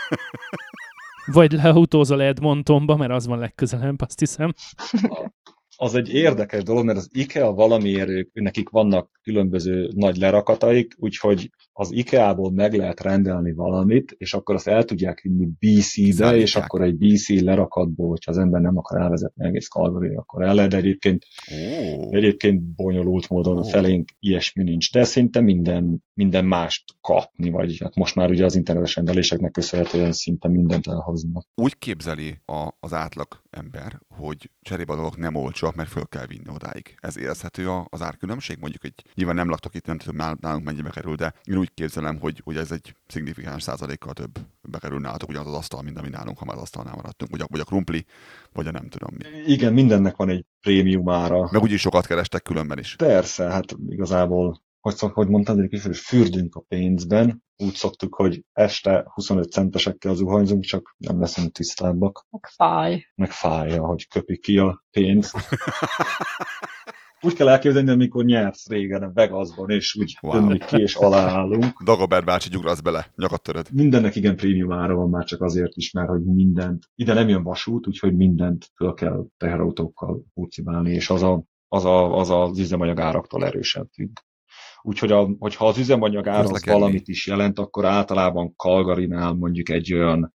Vagy leautózol Edmontonba, mert az van legközelebb, azt hiszem. az egy érdekes dolog, mert az IKEA valamiért nekik vannak különböző nagy lerakataik, úgyhogy az IKEA-ból meg lehet rendelni valamit, és akkor azt el tudják vinni BC-be, és akkor egy BC lerakatból, hogyha az ember nem akar elvezetni egész Calgary, akkor el lehet, de egyébként bonyolult módon felénk ilyesmi nincs. De szinte minden mást kapni, vagy hát most már ugye az internetes rendeléseknek köszönhetően szinte mindent elhoznak. Úgy képzeli az átlag ember, hogy cserébe a dolgok nem olcsóak, mert föl kell vinni odáig. Ez érezhető az árkülönbség? Mondjuk, hogy nyilván nem laktok itt, nem tudom nálunk mennyibe kerül, de én úgy képzelem, hogy ez egy szignifikáns százalékkal több bekerül nálatok ugyanaz az asztal, mint ami nálunk, ha már az asztalnál maradtunk. Vagy a krumpli, vagy a nem tudom mi. Igen, mindennek van egy prémium ára. Meg úgyis sokat kerestek különben is. Persze, hát igazából hogy mondtam, hogy fürdünk a pénzben. Úgy szoktuk, hogy este 25 centesekkel zuhanyzunk, csak nem leszünk tisztábbak. Meg fáj, hogy köpi ki a pénzt. Úgy kell elképzelni, amikor nyersz régen a Vegasban, és úgy tönnik ki, és aláállunk. Dagobert bácsi, gyugrasz bele, nyakat töröd. Mindennek igen prémium ára van már csak azért is, mert hogy mindent, ide nem jön vasút, úgyhogy mindent föl kell teherautókkal úcibálni, és az üzemanyag áraktól erősen függ. Úgyhogy hogyha az üzemanyag ára az valamit is jelent, akkor általában Calgarynál mondjuk egy olyan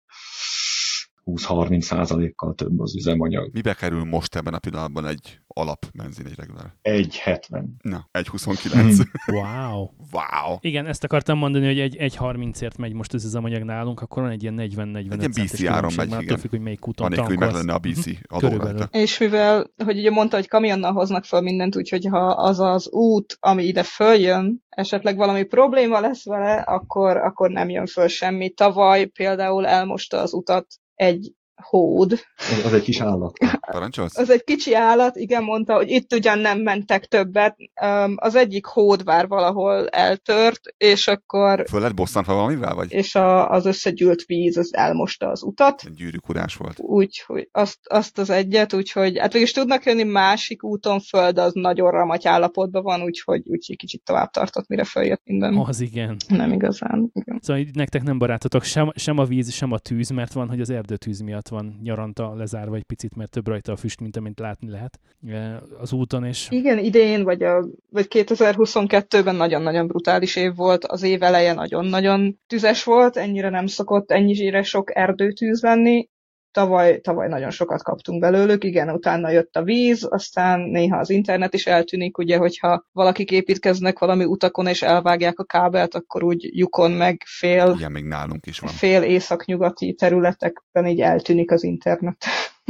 20-30%-kal több az üzemanyag. Mibe kerül most ebben a pillanatban egy alapbenzin, egy regulár? 1,70. Na, 1,29. Wow. Igen, ezt akartam mondani, hogy 1,30-ért megy most az üzemanyag nálunk, akkor van egy ilyen 40-45 centes áron megy, igen. Függ, hogy melyik úton tankolsz. Anélkül, hogy meg lenne a BC adó rajta. És mivel, hogy ugye mondta, hogy kamionnal hoznak föl mindent, úgyhogy ha az az út, ami ide följön, esetleg valami probléma lesz vele, akkor nem jön föl semmi. Tavaly például elmosta az utat egy hód. Az egy kis állat. Parancsolsz? Az egy kicsi állat, igen, mondta, hogy itt ugyan nem mentek többet. Az egyik hódvár valahol eltört, és akkor... Föl lett bosszantva valamivel, vagy? És az összegyűlt víz, az elmosta az utat. Egy gyűrűkurás volt. Úgyhogy azt az egyet, úgyhogy hát végülis tudnak jönni másik úton föl, de az nagyon ramaty állapotban van, úgyhogy kicsit tovább tartott, mire följött minden. Az igen. Nem igazán. Igen. Szóval nektek nem barátotok sem a víz, sem a tűz, mert van, hogy az erdőtűz miatt van nyaranta lezárva egy picit, mert több rajta a füst, mint amint látni lehet az úton. És... Igen, idén, vagy 2022-ben nagyon-nagyon brutális év volt, az év eleje nagyon-nagyon tüzes volt, ennyire nem szokott ennyire sok erdőtűz lenni. Tavaly nagyon sokat kaptunk belőlük, igen, utána jött a víz, aztán néha az internet is eltűnik, ugye, hogyha valakik építkeznek valami utakon és elvágják a kábelt, akkor úgy lyukon meg igen, még nálunk is van. Fél északnyugati területekben így eltűnik az internet.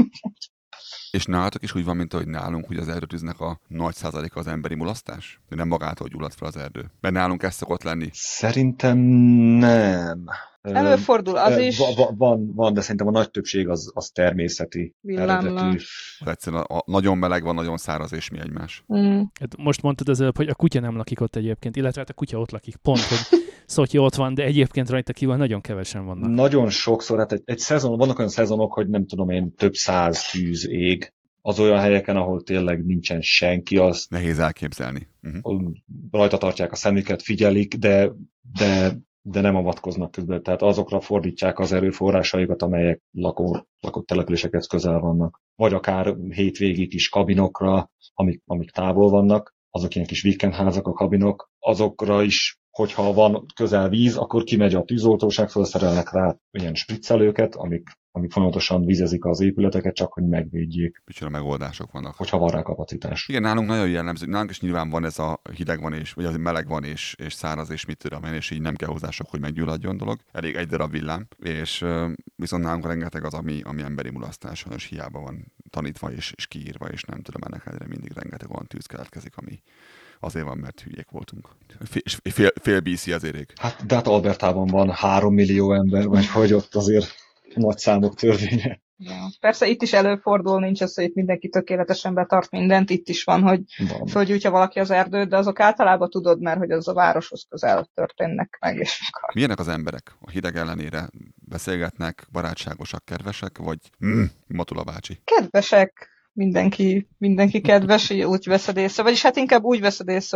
És nálatok is úgy van, mint ahogy nálunk, hogy az erdőtűznek a nagy százaléka az emberi mulasztás? De nem magától gyulladt fel az erdő. Mert nálunk ez szokott lenni. Szerintem nem. Előfordul az is. Van, de szerintem a nagy többség az természeti eredetű. Egyszerűen nagyon meleg van, nagyon száraz, és mi egymás. Hát most mondtad az előbb, hogy a kutya nem lakik ott egyébként, illetve hát a kutya ott lakik, pont, hogy Szotyi ott van, de egyébként rajta kívül nagyon kevesen vannak. Nagyon sokszor, hát egy szezon, vannak olyan szezonok, hogy nem tudom én, több 100 tűz ég. Az olyan helyeken, ahol tényleg nincsen senki, az... Nehéz elképzelni. Rajta tartják a szemüket, figyelik, de nem avatkoznak közben. Tehát azokra fordítják az erőforrásaikat, amelyek lakott településekhez közel vannak. Vagy akár hétvégig is kabinokra, amik távol vannak, azok ilyen kis weekendházak a kabinok, azokra is, hogyha van közel víz, akkor kimegy a tűzoltóság, felszerelnek rá ilyen spriccelőket, amik folyamatosan vízezik az épületeket, csak hogy megvédjék. Micsoda megoldások vannak. Hogyha van rá kapacitás. Igen, nálunk nagyon jellemző. Nálunk is nyilván van ez a hideg van, vagy az meleg van, és száraz, és mit tudom én, és így nem kell hozzá sok, hogy meggyulladjon dolog. Elég egy darab villám, és viszont nálunk rengeteg az, ami emberi mulasztás, sajnos hiába van tanítva és kiírva, és nem tudom, ennek ellenére mindig rengeteg olyan tűz keletkezik, ami azért van, mert hülyék voltunk. Fél BC azért ég. De hát Albertában van 3 millió ember, vagy hogy ott azért nagy számok törvénye. Ja. Persze itt is előfordul, nincs az, hogy itt mindenki tökéletesen betart mindent, itt is van, hogy fölgyújtja valaki az erdőt, de azok általában tudod már, hogy az a városhoz közel történnek meg. És milyenek az emberek? A hideg ellenére beszélgetnek, barátságosak, kedvesek, vagy Matula bácsi? Kedvesek. Mindenki kedves, úgy veszed észre. Vagyis hát inkább úgy veszed észre,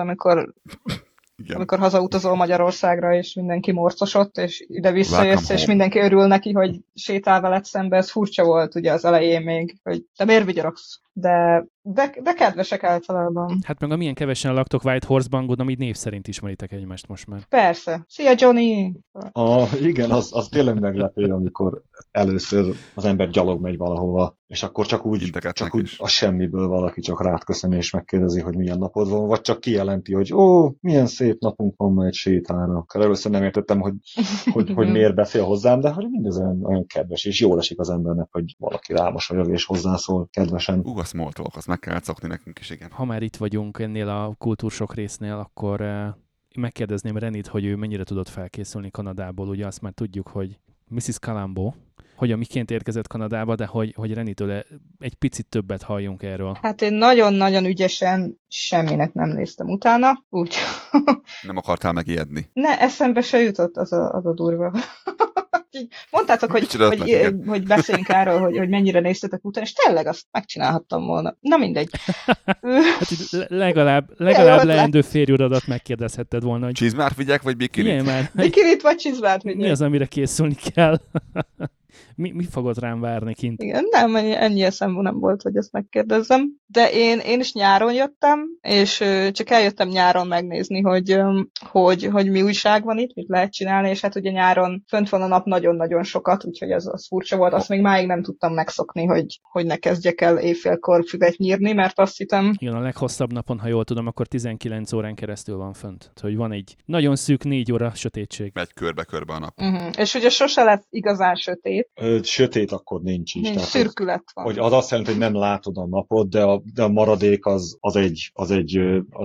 amikor hazautazol Magyarországra, és mindenki morcosott, és ide visszajössz, és mindenki örül neki, hogy sétál veled szembe. Ez furcsa volt ugye az elején még, hogy te miért vigyorogsz? De De kedvesek általában. Hát meg amilyen kevesen laktok Whitehorse-ban, gondolom, így név szerint ismeritek egymást most már. Persze. Szia, Johnny! Igen, az tényleg meglepő, amikor először az ember gyalog megy valahova, és akkor csak úgy a semmiből valaki csak rád köszön és megkérdezi, hogy milyen napod van, vagy csak kijelenti, hogy milyen szép napunk van ma egy sétára. Akkor először nem értettem, hogy miért beszél hozzám, de hogy mindez olyan kedves, és jól esik az embernek, hogy valaki rámosolyog és hozzászól kedvesen. A small talk, azt meg kell szokni nekünk is, igen. Ha már itt vagyunk ennél a kultúrsok résznél, akkor megkérdezném Renit, hogy ő mennyire tudott felkészülni Kanadából. Ugye azt már tudjuk, hogy Mrs. Colombo hogyan miként érkezett Kanadába, de hogy Renitől egy picit többet halljunk erről. Hát én nagyon-nagyon ügyesen semminek nem néztem utána, úgy. Nem akartál megijedni? Ne, eszembe se jutott az a durva. Mondtátok, hogy beszéljünk arról, hogy mennyire néztetek utána, és tényleg azt megcsinálhattam volna. Na mindegy. Hát legalább leendő férjuradat megkérdezhetted volna, hogy... Csizmát vigyek, vagy bikinit? Bikinit vagy csizmát vigyek? Mi az, amire készülni kell? Mi fogod rám várni kint? Igen, nem, ennyi eszembe nem volt, hogy ezt megkérdezzem. De én is nyáron jöttem, és csak eljöttem nyáron megnézni, hogy mi újság van itt, mit lehet csinálni, és hát ugye nyáron fönt van a nap nagyon-nagyon sokat, úgyhogy az furcsa volt. Azt még máig nem tudtam megszokni, hogy ne kezdjek el éjfélkor füvet nyírni, mert azt hittem... Igen, a leghosszabb napon, ha jól tudom, akkor 19 órán keresztül van fönt. Hogy van egy nagyon szűk 4 óra sötétség. Megy körbe-körbe a nap. És ugye sose lesz igazán sötét. Sötét akkor nincs is. Nincs, tehát szürkület van. Hogy az azt jelenti, hogy nem látod a napot, de a maradék az egy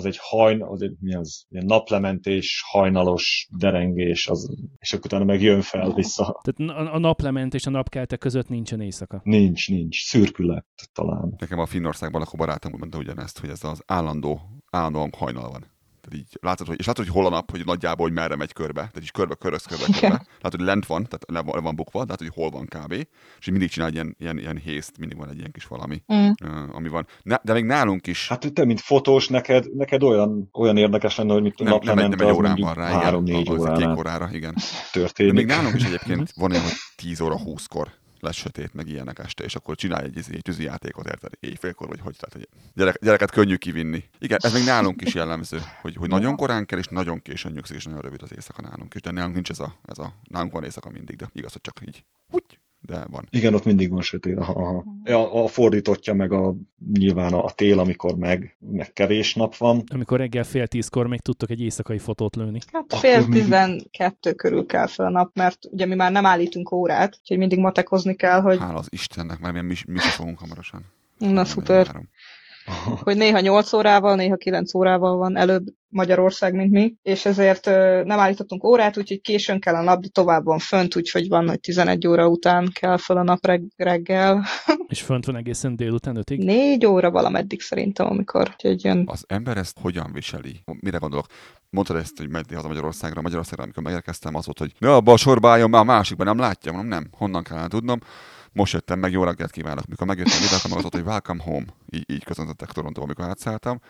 ilyen naplementés, hajnalos derengés, és akkor utána meg jön fel vissza. Tehát a naplement és a napkelte között nincsen éjszaka. Nincs. Szürkület talán. Nekem a Finnországban lakó barátom mondta ugyanezt, hogy ez az állandóan hajnal van. Tehát így látod, hogy hol a nap, hogy nagyjából, hogy merre megy körbe. Tehát így körbe. Látod, hogy lent van, tehát le van bukva, de látod, hogy hol van kb. És így mindig csinál ilyen hészt, mindig van egy ilyen kis valami, ami van. De még nálunk is... Hát te, mint fotós, neked olyan érdekes lenne, hogy mit naplement nem egy órán van rá, 3-4 órán. 2 órára, igen. Történik. De még nálunk is egyébként van olyan, hogy 10 óra 20-kor lesz sötét, meg ilyenek este, és akkor csinálj egy tűzijátékot, érted? Éjfélkor, vagy hogy, tehát hogy gyereket könnyű kivinni. Igen, ez még nálunk is jellemző, hogy nagyon korán kell, és nagyon későn nyugszik, és nagyon rövid az éjszaka nálunk is, de nálunk nincs nálunk van éjszaka mindig, de igaz, hogy csak így, de van. Igen, ott mindig van sötét. A fordítottja meg nyilván a tél, amikor meg kevés nap van. Amikor reggel 9:30 még tudtok egy éjszakai fotót lőni. Hát 11:30 körül kell fel a nap, mert ugye mi már nem állítunk órát, úgyhogy mindig matekozni kell, hogy... Hála az Istennek, mert mi se fogunk hamarosan. Na szuper. Hogy néha 8 órával, néha 9 órával van előbb Magyarország, mint mi, és ezért nem állítottunk órát, úgyhogy későn kell a nap, de tovább van fönt, úgyhogy van, hogy 11 óra után kell fel a nap reggel. És fönt van egészen délután 5-ig? 4 óra valameddig szerintem, amikor jön. Az ember ezt hogyan viseli? Mire gondolok? Mondtad ezt, hogy menni haza Magyarországra, amikor megérkeztem, az volt, hogy ne abba a sorba álljon, már a másikban nem látja, mondom, nem, honnan kellene tudnom. Most jöttem meg, jó reggelt kívánok. Mikor megjöttem ide, akkor az volt, hogy welcome home. Így köszöntöttek Torontóba, amikor átszálltam.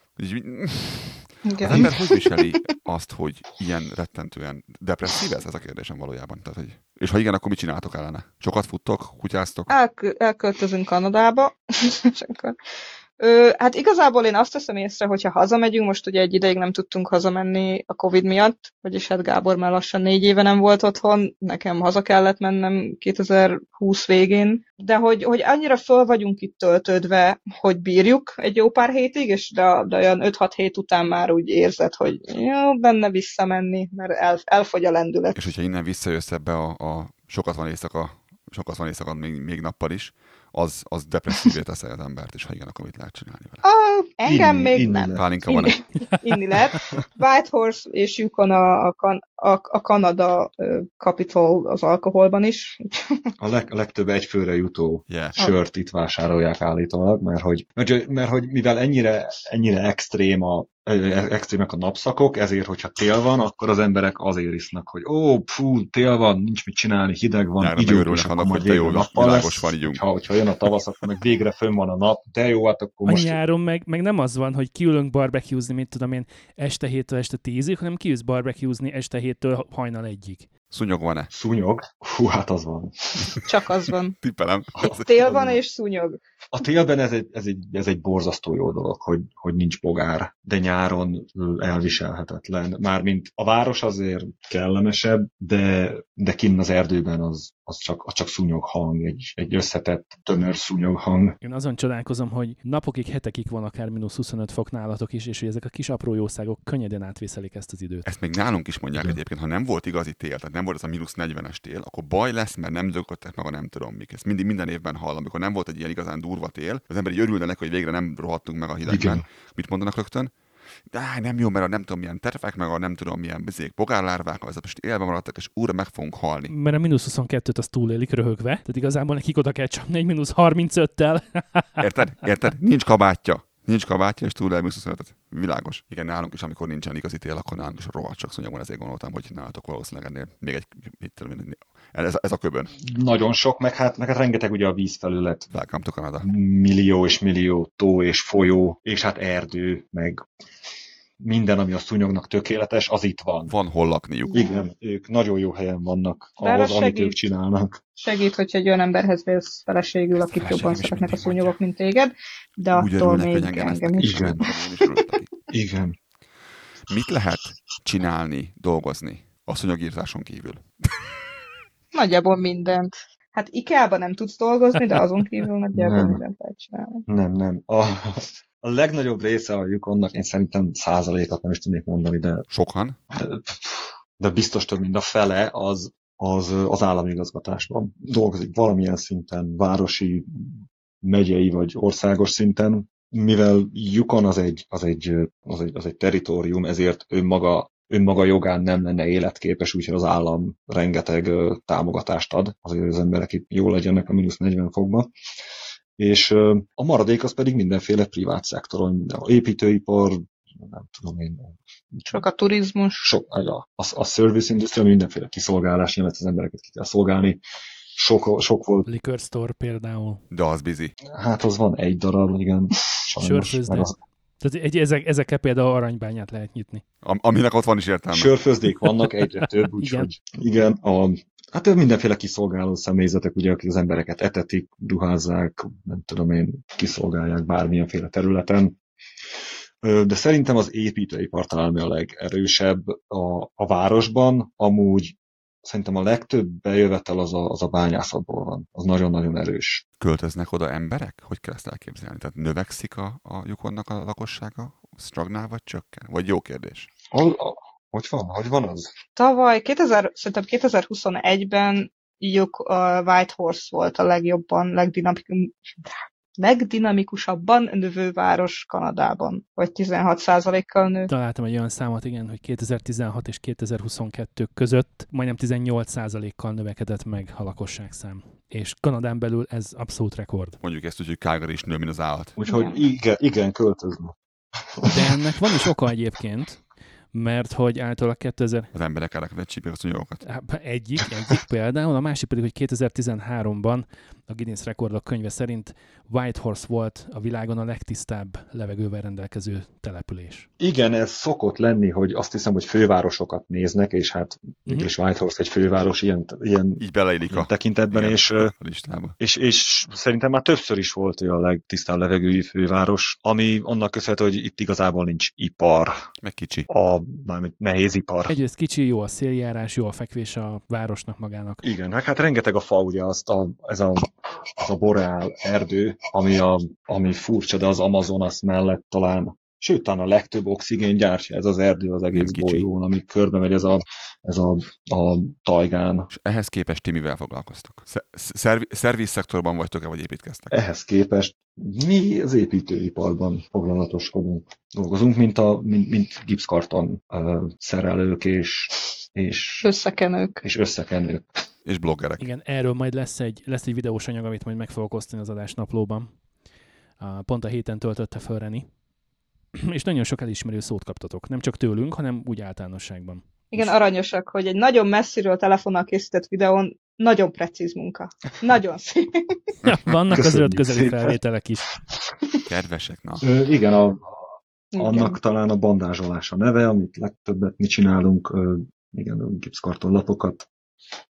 Az ember hogy viseli azt, hogy ilyen rettentően depresszív ez a kérdésem valójában? Tehát, hogy... És ha igen, akkor mit csináltok ellene? Sokat futtok, kutyáztok? Elköltözünk Kanadába, és akkor... Hát igazából én azt teszem észre, hogyha hazamegyünk, most ugye egy ideig nem tudtunk hazamenni a Covid miatt, vagyis hát Gábor már lassan 4 éve nem volt otthon, nekem haza kellett mennem 2020 végén, de hogy annyira föl vagyunk itt töltődve, hogy bírjuk egy jó pár hétig, és de olyan 5-6 hét után már úgy érzed, hogy jó, benne visszamenni, mert elfogy a lendület. És hogyha innen visszajössz ebbe a sokat van éjszaka még nappal is, az depresszívé teszi az embert, és ha igen, akkor mit lehet csinálni vele? Engem még nem. Pálinka van-e? Inni lehet. Whitehorse és Yukon a Kanada capital az alkoholban is. A legtöbb egyfőre jutó sört itt vásárolják állítólag, mert hogy mivel ennyire extrémek a napszakok, ezért, hogyha tél van, akkor az emberek azért isznak, hogy tél van, nincs mit csinálni, hideg van, ígyunk, és akkor majd végül nappal lesz. Hogyha jön a tavasz, akkor meg végre fönn van a nap, de jó, hát akkor most... A nyáron meg nem az van, hogy kiülünk barbecuezni, mit tudom én, este 7-től este 10-ig, hanem kiülsz barbecuezni este 7-től hajnal 1-ig. Szúnyog van-e? Szúnyog? Hát az van. Csak az van. Tippelem. Tél van és szúnyog. A télben ez egy borzasztó jó dolog, hogy nincs bogár, de nyáron elviselhetetlen. Mármint a város azért kellemesebb, de kinn az erdőben az csak szúnyoghang, egy összetett, tömör szúnyoghang. Én azon csodálkozom, hogy napokig, hetekig van akár -25 fok nálatok is, és hogy ezek a kis apró jószágok könnyedén átvészelik ezt az időt. Ezt még nálunk is mondják egyébként, ha nem volt igazi tél, tehát nem volt ez a -40-es tél, akkor baj lesz, mert nem dögöttek meg a nem tudom mik. Ezt minden évben hallom, amikor nem volt egy ilyen igazán durva tél, az ember így örülne neki, hogy végre nem rohadtunk meg a hidegben. Igen. Mit mondanak rögtön? De nem jó, mert a nem tudom milyen tervek, meg a nem tudom milyen bogárlárvák, az most élve maradtak, és újra meg fogunk halni. Mert a -22-t azt túlélik röhögve, tehát igazából nekik oda kell csapni egy -35-tel. Érted? Nincs kabátja, és túl el -25-et. Világos. Igen, nálunk is, amikor nincsen igazi tél, akkor nálunk is rohadt csak szúnyog van, ezért gondoltam, hogy nálatok valószínűleg ennél még egy, ez a köbön. Nagyon sok, meg hát rengeteg ugye a vízfelület. Welcome to Canada. Millió és millió tó és folyó, és hát erdő, meg minden, ami a szúnyognak tökéletes, az itt van. Van hol lakniuk. Igen, ők nagyon jó helyen vannak ahhoz, amit ők csinálnak. Segít, hogyha egy olyan emberhez vélsz feleségül, akit jobban szeretnek a szúnyogok, mint téged, de úgy attól még engem is. Igen. Igen. Mit lehet csinálni, dolgozni a szúnyogírtáson kívül? Nagyjából mindent. Hát IKEA-ban nem tudsz dolgozni, de azon kívül nagyjából mindent lehet csinálni. Nem. A legnagyobb része a Yukonnak, én szerintem 100%-at nem is tudnék mondani, de... Sokan? De biztos több, mint a fele az állami igazgatásban dolgozik valamilyen szinten, városi, megyei vagy országos szinten. Mivel Yukon az egy teritorium, ezért önmaga jogán nem lenne életképes, úgyhogy az állam rengeteg támogatást ad, azért az emberek itt jól legyenek a -40 fokban. És a maradék az pedig mindenféle privát szektoron, mindenhol építőipar, nem tudom én. Sok a turizmus. A service industry, ami mindenféle kiszolgálás, nyilván az embereket ki kell szolgálni. Sok volt. Liquor store például. De az busy. Hát az van egy darab, igen. Sörfőzde. Tehát ezekkel például Aranybányát lehet nyitni. Aminek ott van is értelme. Sörfőzdék vannak egyre több, úgyhogy igen. Hát mindenféle kiszolgáló személyzetek, ugye, akik az embereket etetik, ruházzák, nem tudom én, kiszolgálják bármilyenféle területen. De szerintem az építőipar talán a legerősebb a városban, amúgy szerintem a legtöbb bejövetel az a bányászatból van. Az nagyon-nagyon erős. Költöznek oda emberek? Hogy kell ezt elképzelni? Tehát növekszik a Yukonnak a lakossága? Stagnál vagy csökken? Vagy jó kérdés? Hogy van az? Tavaly, szerintem 2021-ben Whitehorse volt a legdinamikusabban növő város Kanadában, vagy 16%-kal nő. Találtam egy olyan számot, igen, hogy 2016 és 2022 között majdnem 18%-kal növekedett meg a lakosságszám. És Kanadán belül ez abszolút rekord. Mondjuk ezt úgy, hogy Calgary is nő, mint az állat. Úgyhogy igen, költöznek. De ennek van is oka egyébként, mert hogy általában 2000... Az emberek elkezdett csípják a szúnyogokat. Egyik például, a másik pedig, hogy 2013-ban a Guinness rekordok könyve szerint Whitehorse volt a világon a legtisztább levegővel rendelkező település. Igen, ez szokott lenni, hogy azt hiszem, hogy fővárosokat néznek, és hát és Whitehorse egy főváros ilyen így beleillik a tekintetben, listába. És szerintem már többször is volt a legtisztább levegőjű főváros, ami annak köszönhető, hogy itt igazából nincs ipar. Meg kicsi. Mármint nehéz ipar. Egyrészt kicsi, jó a széljárás, jó a fekvés a városnak magának. Igen, hát rengeteg a fa, ugye ez a boreál erdő, ami furcsa, de az Amazonas mellett talán, sőt, talán a legtöbb oxigén gyártja ez az erdő az egész bolygón, ami körbe megy ez a tajgán. És ehhez képest ti mivel foglalkoztok? Szerviz-szektorban vagytok-e, vagy építkeztek? Ehhez képest mi az építőiparban foglalatoskodunk. Dolgozunk, mint gipszkarton szerelők és összekenők. És bloggerek. Igen, erről majd lesz egy videós anyag, amit majd meg fogok osztani az adásnaplóban. Pont a héten töltötte föl Reni. És nagyon sok elismerő szót kaptatok. Nem csak tőlünk, hanem úgy általánosságban. Igen, aranyosak, hogy egy nagyon messziről telefonnal készített videón nagyon precíz munka. Nagyon szép. Vannak azért közeli felvételek is. Kedvesek, na. Igen, annak talán a bandázsolás a neve, amit legtöbbet mi csinálunk, igen, gipszkartonlapokat.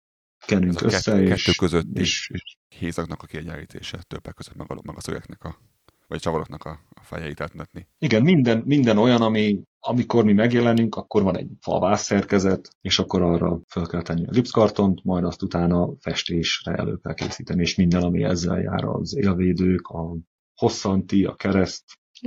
kenünk össze, kettő közötti és hézagnak a kiegyenlítése, többek között meg a szögeknek vagy csavaroknak a fejeit átmetni. Igen, minden olyan, amikor mi megjelenünk, akkor van egy falvász szerkezet, és akkor arra fel kell tenni a gipszkartont, majd azt utána festésre elő kell készíteni, és minden, ami ezzel jár, az élvédők, a hosszanti, a kereszt,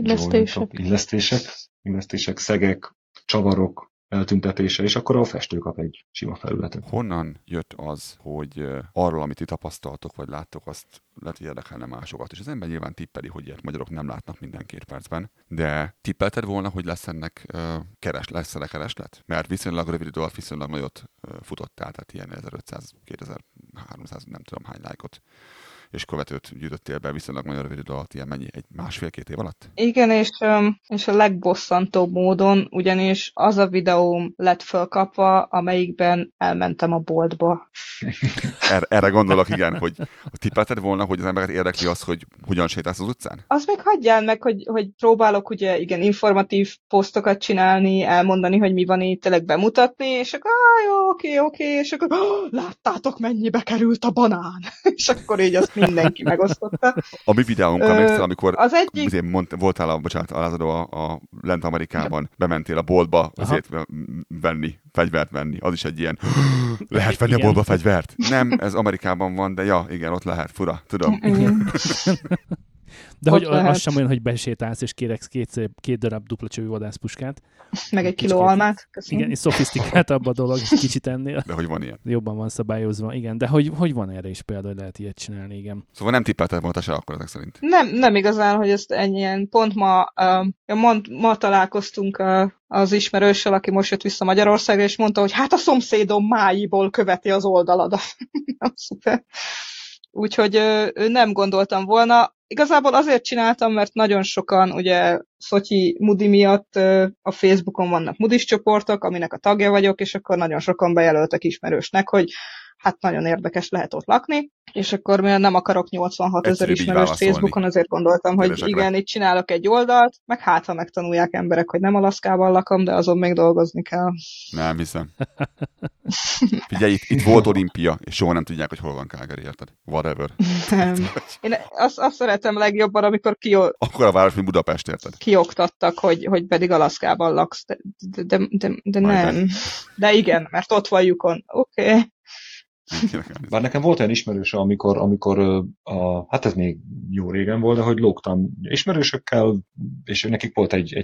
illesztések, szegek, csavarok eltüntetése, és akkor a festő kap egy sima felületet. Honnan jött az, hogy arról, amit ti tapasztaltok, vagy láttok, azt lehet, hogy érdekelne másokat. És az ember nyilván tippeli, hogy ilyet magyarok nem látnak minden 2 percben. De tippelted volna, hogy lesz ennek kereslet? Mert viszonylag rövid idő alatt viszonylag nagyot futottál, tehát ilyen 1500, 2300, nem tudom hány lájkot és követőt gyűjtöttél be viszonylag nagyon rövid idő alatt, ilyen mennyi? Egy 1,5-2 év alatt? Igen, és a legbosszantóbb módon, ugyanis az a videóm lett fölkapva, amelyikben elmentem a boltba. Erre gondolok, igen, hogy tippelted volna, hogy az embereket érdekli az, hogy hogyan sétálsz az utcán? Az még hagyjál meg, hogy próbálok ugye igen informatív posztokat csinálni, elmondani, hogy mi van itt, tényleg bemutatni, és akkor jó, oké, és akkor láttátok, mennyibe került a banán? És akkor így azt mindenki megosztotta. A mi videónk, emlékszel, amikor az egyik... voltál a lent Amerikában, bementél a boltba azért fegyvert venni. Az is egy ilyen, lehet venni a boltba fegyvert? Nem, ez Amerikában van, de ja, igen, ott lehet, fura, tudom. De hogy az sem olyan, hogy besétálsz, és kérek 2 darab dupla csövű vadászpuskát. Meg egy kiló almát. Köszönöm. Igen, és szofisztikáltabb a dolog, kicsit ennél. De hogy van ilyen? Jobban van szabályozva, igen. De hogy van erre is példa, hogy lehet ilyet csinálni, igen. Szóval nem tippelted volna se akkor ezek szerint? Nem igazán, hogy ezt ennyien. Pont ma találkoztunk az ismerőssel, aki most jött vissza Magyarországra, és mondta, hogy hát a szomszédom májiból követi az oldaladat. Szuper. Úgyhogy ő nem gondoltam volna. Igazából azért csináltam, mert nagyon sokan, ugye Szotyi Mudi miatt a Facebookon vannak mudis csoportok, aminek a tagja vagyok, és akkor nagyon sokan bejelöltek ismerősnek, hogy hát nagyon érdekes lehet ott lakni, és akkor mivel nem akarok 86 000 ismerős Facebookon, azért gondoltam, hogy igen, itt csinálok egy oldalt, meg hát, ha megtanulják emberek, hogy nem Alaszkában lakom, de azon még dolgozni kell. Nem hiszem. Figyelj, itt volt olimpia, és soha nem tudják, hogy hol van Calgary, érted? Whatever. Nem. Én azt szeretem legjobban, amikor akkor a város, mint Budapest, érted? Kioktattak, hogy pedig Alaszkában laksz, de nem. De igen, mert ott van Yukon. Oké. Bár nekem volt olyan ismerőse, amikor hát ez még jó régen volt, de hogy lógtam ismerősökkel, és nekik volt egy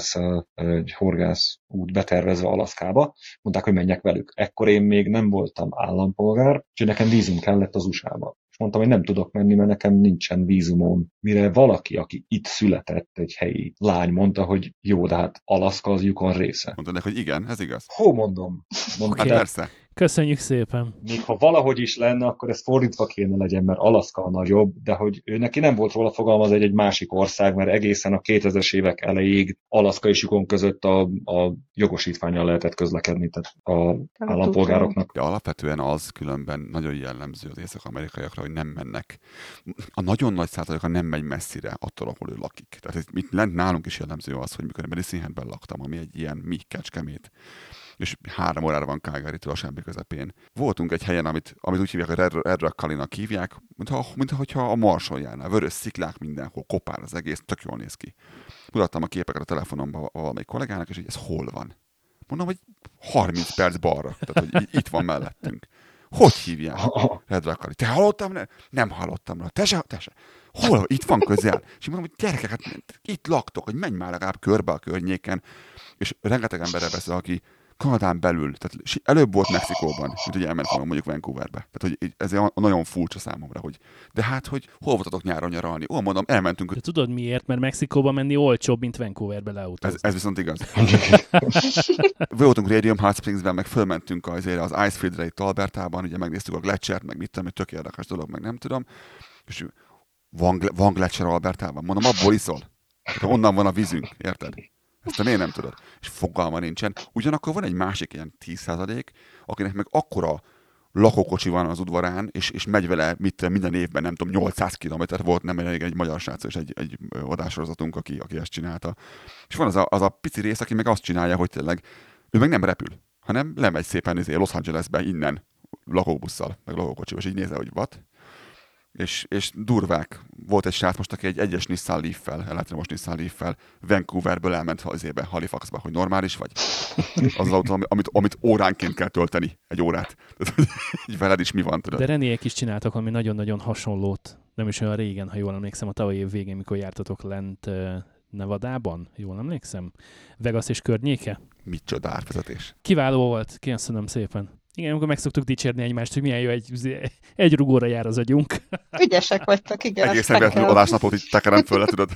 horgász út betervezve Alaszkába, mondták, hogy menjek velük. Ekkor én még nem voltam állampolgár, úgyhogy nekem vízum kellett az USA-ba. És mondtam, hogy nem tudok menni, mert nekem nincsen vízumom. Mire valaki, aki itt született, egy helyi lány mondta, hogy jó, de hát Alaszka az Yukon része. Mondta neki, hogy igen, ez igaz. Hó, mondom. Hát persze. Köszönjük szépen. Még ha valahogy is lenne, akkor ez fordítva kéne legyen, mert Alaszka a nagyobb, de hogy ő neki nem volt róla fogalmaz egy másik ország, mert egészen a 2000-es évek elejéig Alaszka és Yukon között a jogosítvánnyal lehetett közlekedni, tehát a állampolgároknak. De alapvetően az különben nagyon jellemző az észak-amerikaiakra, hogy nem mennek. A nagyon nagy százaléka nem megy messzire attól, ahol ő lakik. Tehát itt lent nálunk is jellemző az, hogy mikor Medicine-ben laktam, ami egy ilyen Kecskemét, és 3 órára van Calgary-től a semmi közepén. Voltunk egy helyen, amit úgy hívják, hogy Red Rock Valley-nak hívják, mintha a Marson járnál. Vörös sziklák mindenhol, kopár az egész, tök jól néz ki. Mutattam a képeket a telefonomba valamelyik kollégának, és hogy ez hol van? Mondom, hogy 30 perc balra, tehát hogy itt van mellettünk. Hogy hívják? Red Rock Valley. Te hallottam? Nem hallottam rá. Te se. Hol? Itt van közel. És mondom, hogy gyerekek, hát itt laktok, hogy menj már legalább körbe a környéken. És rengeteg emberrel beszél, aki Kanadán belül, tehát előbb volt Mexikóban, mint hogy elment volna mondjuk Vancouverbe. Tehát, hogy ez nagyon furcsa számomra, hogy de hát, hogy hol voltatok nyáron nyaralni? Ó, mondom, elmentünk. De tudod miért? Mert Mexikóba menni olcsóbb, mint Vancouverbe leautózni. Ez viszont igaz. Voltunk Radium Hot Springsben, meg fölmentünk az Icefieldre itt Albertában, ugye megnéztük a Gletscher, meg mit tudom, hogy tök érdekes dolog, meg nem tudom. És van Gletscher Albertában? Mondom, abból iszol. Onnan van a vízünk, érted? Ezt te miért nem tudod? És fogalma nincsen. Ugyanakkor van egy másik ilyen 10%, akinek meg akkora lakókocsi van az udvarán, és megy vele minden évben, nem tudom, 800 kilométer volt, nem elég egy magyar srác, és egy adássorozatunk, aki ezt csinálta. És van az a pici rész, aki meg azt csinálja, hogy tényleg ő meg nem repül, hanem lemegy szépen Los Angelesbe innen lakóbusszal, meg lakókocsival, és így nézel, hogy what? És durvák. Volt egy srác most, aki egy egyes Nissan Leaf-fel, elektromos Nissan Leaf-fel Vancouverből elment Halifaxba, hogy normális vagy? Az az autó, amit óránként kell tölteni, egy órát. Így veled is mi van, tudod? De Renéek is csináltak valami nagyon-nagyon hasonlót, nem is olyan régen, ha jól emlékszem, a tavalyi év végén, mikor jártatok lent Nevadában, jól emlékszem? Vegas és környéke? Micsoda árvezetés. Kiváló volt, köszönöm szépen. Igen, amikor meg szoktuk dicsérni egymást, hogy milyen jó, egy rugóra jár az agyunk. Ügyesek vagytok, igen. Egészen véletlenül adásnapot így tekerem föl, tudod?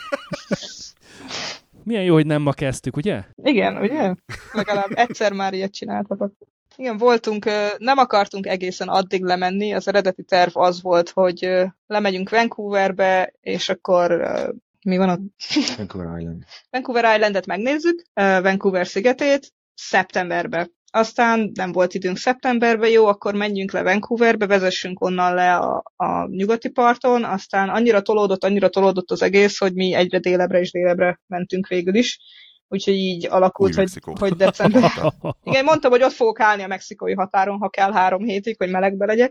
Milyen jó, hogy nem ma kezdtük, ugye? Igen, ugye? Legalább egyszer már ilyet csináltatok. Igen, voltunk, nem akartunk egészen addig lemenni, az eredeti terv az volt, hogy lemegyünk Vancouverbe, és akkor mi van ott? Vancouver Island. Vancouver Islandet megnézzük, Vancouver szigetét, szeptemberbe. Aztán nem volt időnk szeptemberben, jó, akkor menjünk le Vancouverbe, vezessünk onnan le a nyugati parton, aztán annyira tolódott az egész, hogy mi egyre délebbre és délebbre mentünk végül is. Úgyhogy így alakult, hogy december. Igen, mondtam, hogy ott fogok állni a mexikói határon, ha kell 3 hétig, hogy melegbe legyek.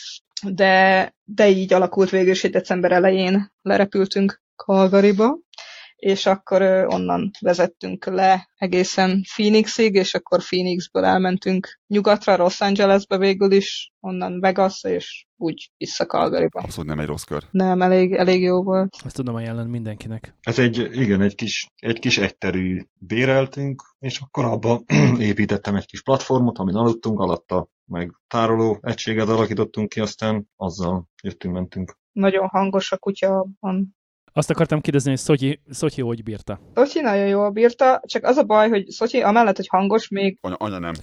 De így alakult végül is, hogy december elején lerepültünk Calgaryba, és akkor onnan vezettünk le egészen Phoenixig, és akkor Phoenixből elmentünk nyugatra, Los Angelesbe végül is, onnan Vegas, és úgy vissza Calgaryba. Abszolút nem egy rossz kör. Nem, elég jó volt. Ezt tudom ajánlani mindenkinek. Ez egy kis egyterű béreltünk, és akkor abba építettem egy kis platformot, amin aludtunk, alatta meg tároló egységet alakítottunk ki, aztán azzal jöttünk-mentünk. Nagyon hangos a kutya van. Azt akartam kérdezni, hogy Szotyi hogy bírta? Szotyi nagyon jól bírta, csak az a baj, hogy Szotyi amellett, hogy hangos, Anya nem.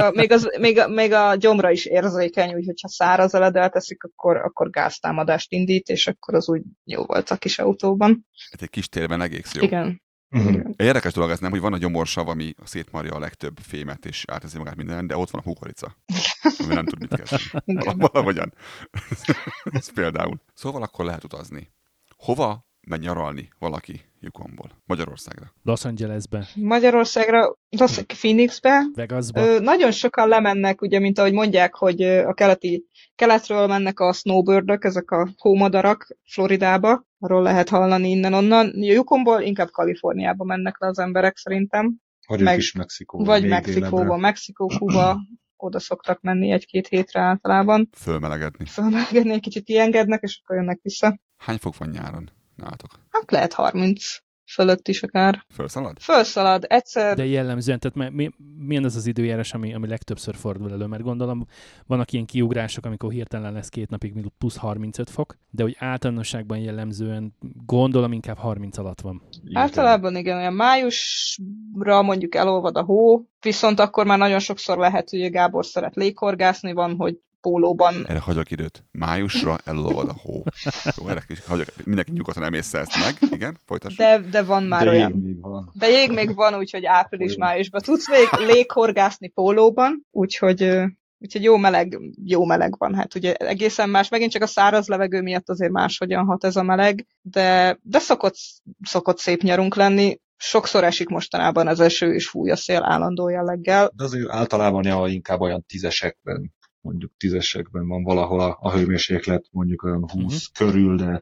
még a gyomra is érzékeny, úgyhogy ha szárazelet elteszik, akkor gáztámadást indít, és akkor az úgy jó volt a kis autóban. Ez egy kis térben egész jó. Igen. Érdekes dolog ez nem, hogy van a gyomorsav, ami szétmarja a legtöbb fémet, és áteszi magát minden, de ott van a kukorica, ami nem tud mit kezdeni. Valahogyan. Ez például. Szóval akkor lehet utazni. Hova megy nyaralni valaki Yukonból? Magyarországra. Los Angelesbe. Magyarországra, Phoenixbe. Vegasba. Nagyon sokan lemennek, ugye, mint ahogy mondják, hogy a keletről mennek a snowbirdök, ezek a hómadarak Floridába. Arról lehet hallani innen-onnan. Yukonból inkább Kaliforniába mennek le az emberek szerintem. Vagy ők is Mexikóban. Vagy Mexikóban. Mexikó, Kuba. Oda szoktak menni 1-2 hétre általában. Fölmelegedni, egy kicsit kiengednek, és akkor jönnek vissza. Hány fok van nyáron nálatok? Hát lehet 30 fölött is akár. Fölszalad? Fölszalad, egyszer. De jellemzően, tehát milyen az az időjárás, ami legtöbbször fordul elő? Mert gondolom, vannak ilyen kiugrások, amikor hirtelen lesz 2 napig plusz 35 fok, de hogy általánosságban jellemzően gondolom inkább 30 alatt van. Általában igen, olyan májusra mondjuk elolvad a hó, viszont akkor már nagyon sokszor lehet, hogy Gábor szeret léghorgászni, van, hogy pólóban. Erre hagyok időt. Májusra elolvad a hó. Jó, erre hagyok. Mindenki nyugodtan emészze ezt meg. Igen, folytassuk. De van már olyan. Jég még van. De jég még van, úgyhogy április-májusban tudsz még léghorgászni pólóban, úgyhogy jó meleg van. Hát ugye egészen más, megint csak a száraz levegő miatt azért máshogyan hat ez a meleg, de szokott szép nyarunk lenni. Sokszor esik mostanában az eső, és fúj a szél állandó jelleggel. De azért általában inkább olyan 10-esekben, mondjuk 10-esekben van valahol a hőmérséklet, mondjuk olyan 20 körül, de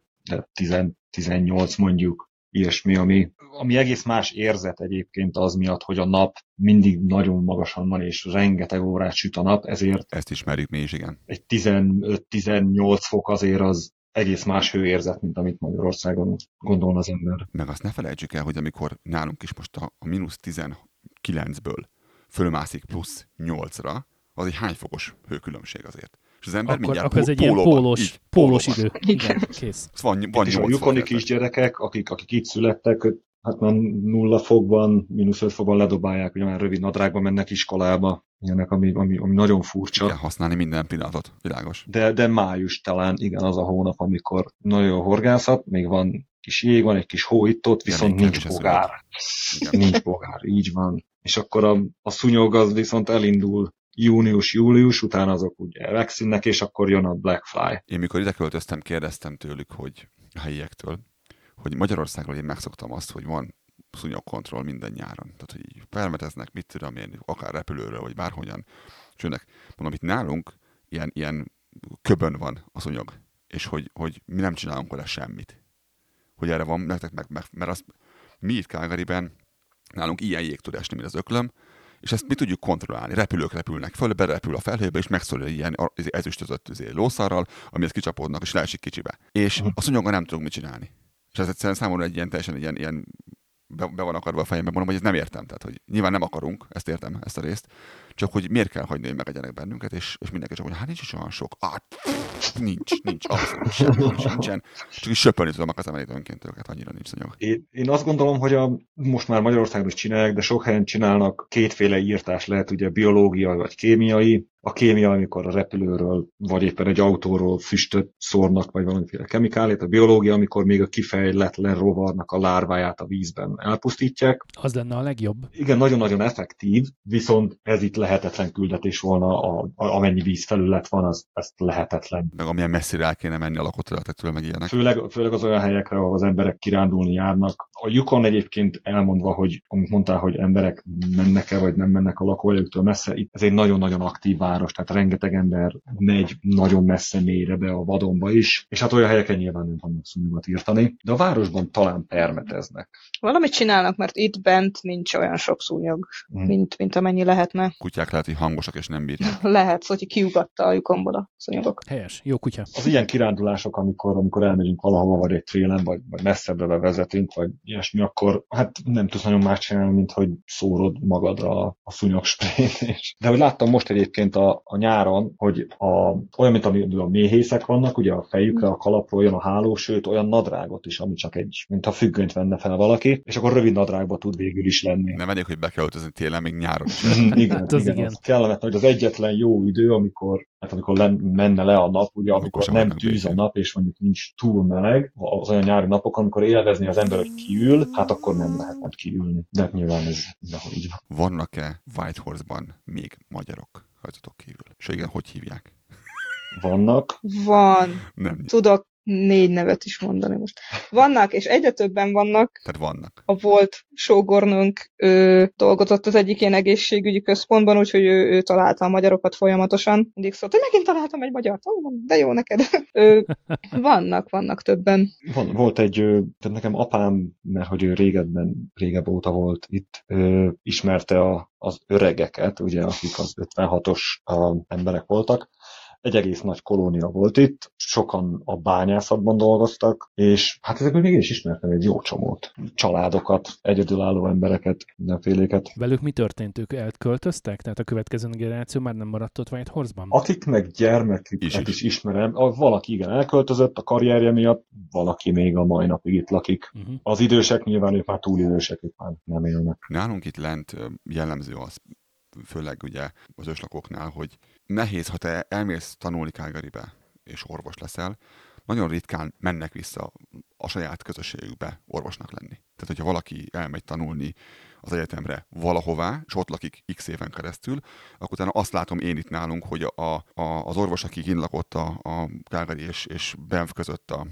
18 mondjuk, ilyesmi, ami egész más érzet egyébként az miatt, hogy a nap mindig nagyon magasan van, és rengeteg órát süt a nap, ezért ezt ismerjük mi is, igen. Egy 15-18 fok azért az egész más hőérzet, mint amit Magyarországon gondolna az ember. Meg azt ne felejtsük el, hogy amikor nálunk is most a mínusz 19-ből fölmászik plusz 8-ra, az egy hány fokos hőkülönbség azért. És az ember mindjárt akkor ez egy ilyen pólós idő. Igen, kész. Van és a yukoni kisgyerekek, akik itt születtek, hát már 0 fokban, -5 fokban ledobálják, ugye már rövid nadrágban mennek iskolába. Ilyenek, ami nagyon furcsa. Kell használni minden pillanatot, világos. De május talán, igen, az a hónap, amikor nagyon horgászat, még van kis jég, van egy kis hó itt-ott, viszont nincs bogár. Nincs bogár, így van. És akkor a szúnyog az viszont elindul június-július, utána azok ugye megszűnnek, és akkor jön a Black Fly. Én mikor ide költöztem, kérdeztem tőlük, hogy a helyektől, hogy Magyarországról én megszoktam azt, hogy van szúnyogkontroll minden nyáron. Tehát, hogy permeteznek, mit tudom én, akár repülőről, vagy bárhogyan. És önnek, mondom, itt nálunk ilyen köbön van a szúnyog, és hogy mi nem csinálunk vele semmit. Hogy erre van nektek mert azt mi itt Calgaryben nálunk ilyen jég tud esni, mint az öklöm, és ezt mi tudjuk kontrollálni. Repülők repülnek föl, berepül a felhőbe, és megszorul ilyen ezüstözött lószarral, amihez kicsapódnak, és leesik kicsibe. És a szúnyoggal nem tudunk mit csinálni. És ez egyszerűen számomra egy ilyen teljesen ilyen be van akarva a fejembe, mondom, hogy ezt nem értem. Tehát, hogy nyilván nem akarunk, ezt értem, ezt a részt, csak hogy miért kell hagyni, hogy megegyenek bennünket, és mindenki csak mondja, hát nincs is olyan sok. Nincs, abszolút semmi nincsen. Csak is söpölni tudom a kezem önként őket, annyira nincs szúnyog. Én azt gondolom, hogy most már Magyarországon is csinálják, de sok helyen csinálnak kétféle írtás lehet, ugye biológiai vagy kémiai. A kémia, amikor a repülőről, vagy éppen egy autóról füstöt szórnak, vagy valamiféle kemikálét. A biológia, amikor még a kifejletlen rovarnak a lárváját a vízben elpusztítják. Az lenne a legjobb. Igen, nagyon-nagyon effektív, viszont ez itt lehetetlen küldetés volna, amennyi vízfelület van, ezt lehetetlen. Meg amilyen messzire el kéne menni a lakott területektől, meg ilyenek. Főleg az olyan helyekre, ahol az emberek kirándulni járnak. A Yukon egyébként elmondva, hogy amit mondtál, hogy emberek mennek-e, vagy nem mennek a lakóhelyüktől messze, itt ez egy nagyon-nagyon aktív város, tehát rengeteg ember megy nagyon messze mélyre be a vadonba is, és hát olyan helyeken nyilván nem fognak szúnyogot írtani, de a városban talán permeteznek. Valamit csinálnak, mert itt bent nincs olyan sok szúnyog, mint amennyi lehetne. Kutyák lehet, hogy hangosak és nem bírják. Lehet, szóval, hogy kiugatta a Yukonból a szúnyogok. Helyes, jó kutya. Az ilyen kirándulások, amikor elmegyünk valahova, vagy egy trélen, vagy messzebbre bevezetünk, vagy ilyesmi, akkor hát nem tudsz nagyon más csinálni, mint hogy szórod magadra a szúnyogsprayt. De hogy láttam most egyébként a nyáron, hogy olyan, mint a méhészek vannak, ugye a fejükre, a kalapról jön a háló, sőt olyan nadrágot is, ami csak mintha függönyt venne fel valaki, és akkor rövid nadrágba tud végül is lenni. Nem elég, hogy be kell öltözni télen, még nyáron is. Igen, Hát igen. Az kellemetlen, hogy az egyetlen jó idő, amikor menne le a nap, ugye, amikor nem tűz a nap, és mondjuk nincs túl meleg, az olyan nyári napok, amikor élvezni az ember, hogy kiül, hát akkor nem lehet majd kiülni. De nyilván ez mindenhol így van. Vannak-e Whitehorse-ban még magyarok rajtatok kívül? És igen, hogy hívják? Vannak. Van. Nem. Tudok 4 nevet is mondani most. Vannak, és egyre többen vannak. Tehát vannak. A volt sógornőnk, ő dolgozott az egyik ilyen egészségügyi központban, úgyhogy ő találta a magyarokat folyamatosan. Mindig szólt, hogy megint találtam egy magyart. De jó neked. Vannak többen. Volt tehát nekem apám, mert hogy ő régebb óta volt itt, ismerte az öregeket, ugye, akik az 56-os emberek voltak. Egy egész nagy kolónia volt itt, sokan a bányászatban dolgoztak, és hát ezekből mégis ismertem egy jó csomót. Családokat, egyedülálló embereket, mindenféléket. Velük mi történt? Ők elköltöztek? Tehát a következő generáció már nem maradt ott Whitehorse-ban? Akik meg gyermeküket is ismerem, valaki igen elköltözött a karrierje miatt, valaki még a mai napig itt lakik. Az idősek nyilván ők már túl idősek, ők már nem élnek. Nálunk itt lent jellemző az, főleg ugye az őslakóknál, hogy nehéz, ha te elmész tanulni Calgarybe, és orvos leszel, nagyon ritkán mennek vissza a saját közösségükbe orvosnak lenni. Tehát, hogyha valaki elmegy tanulni az egyetemre valahová, és ott lakik x éven keresztül, akkor utána azt látom én itt nálunk, hogy az orvos, aki kint lakott a Calgary és Banff között a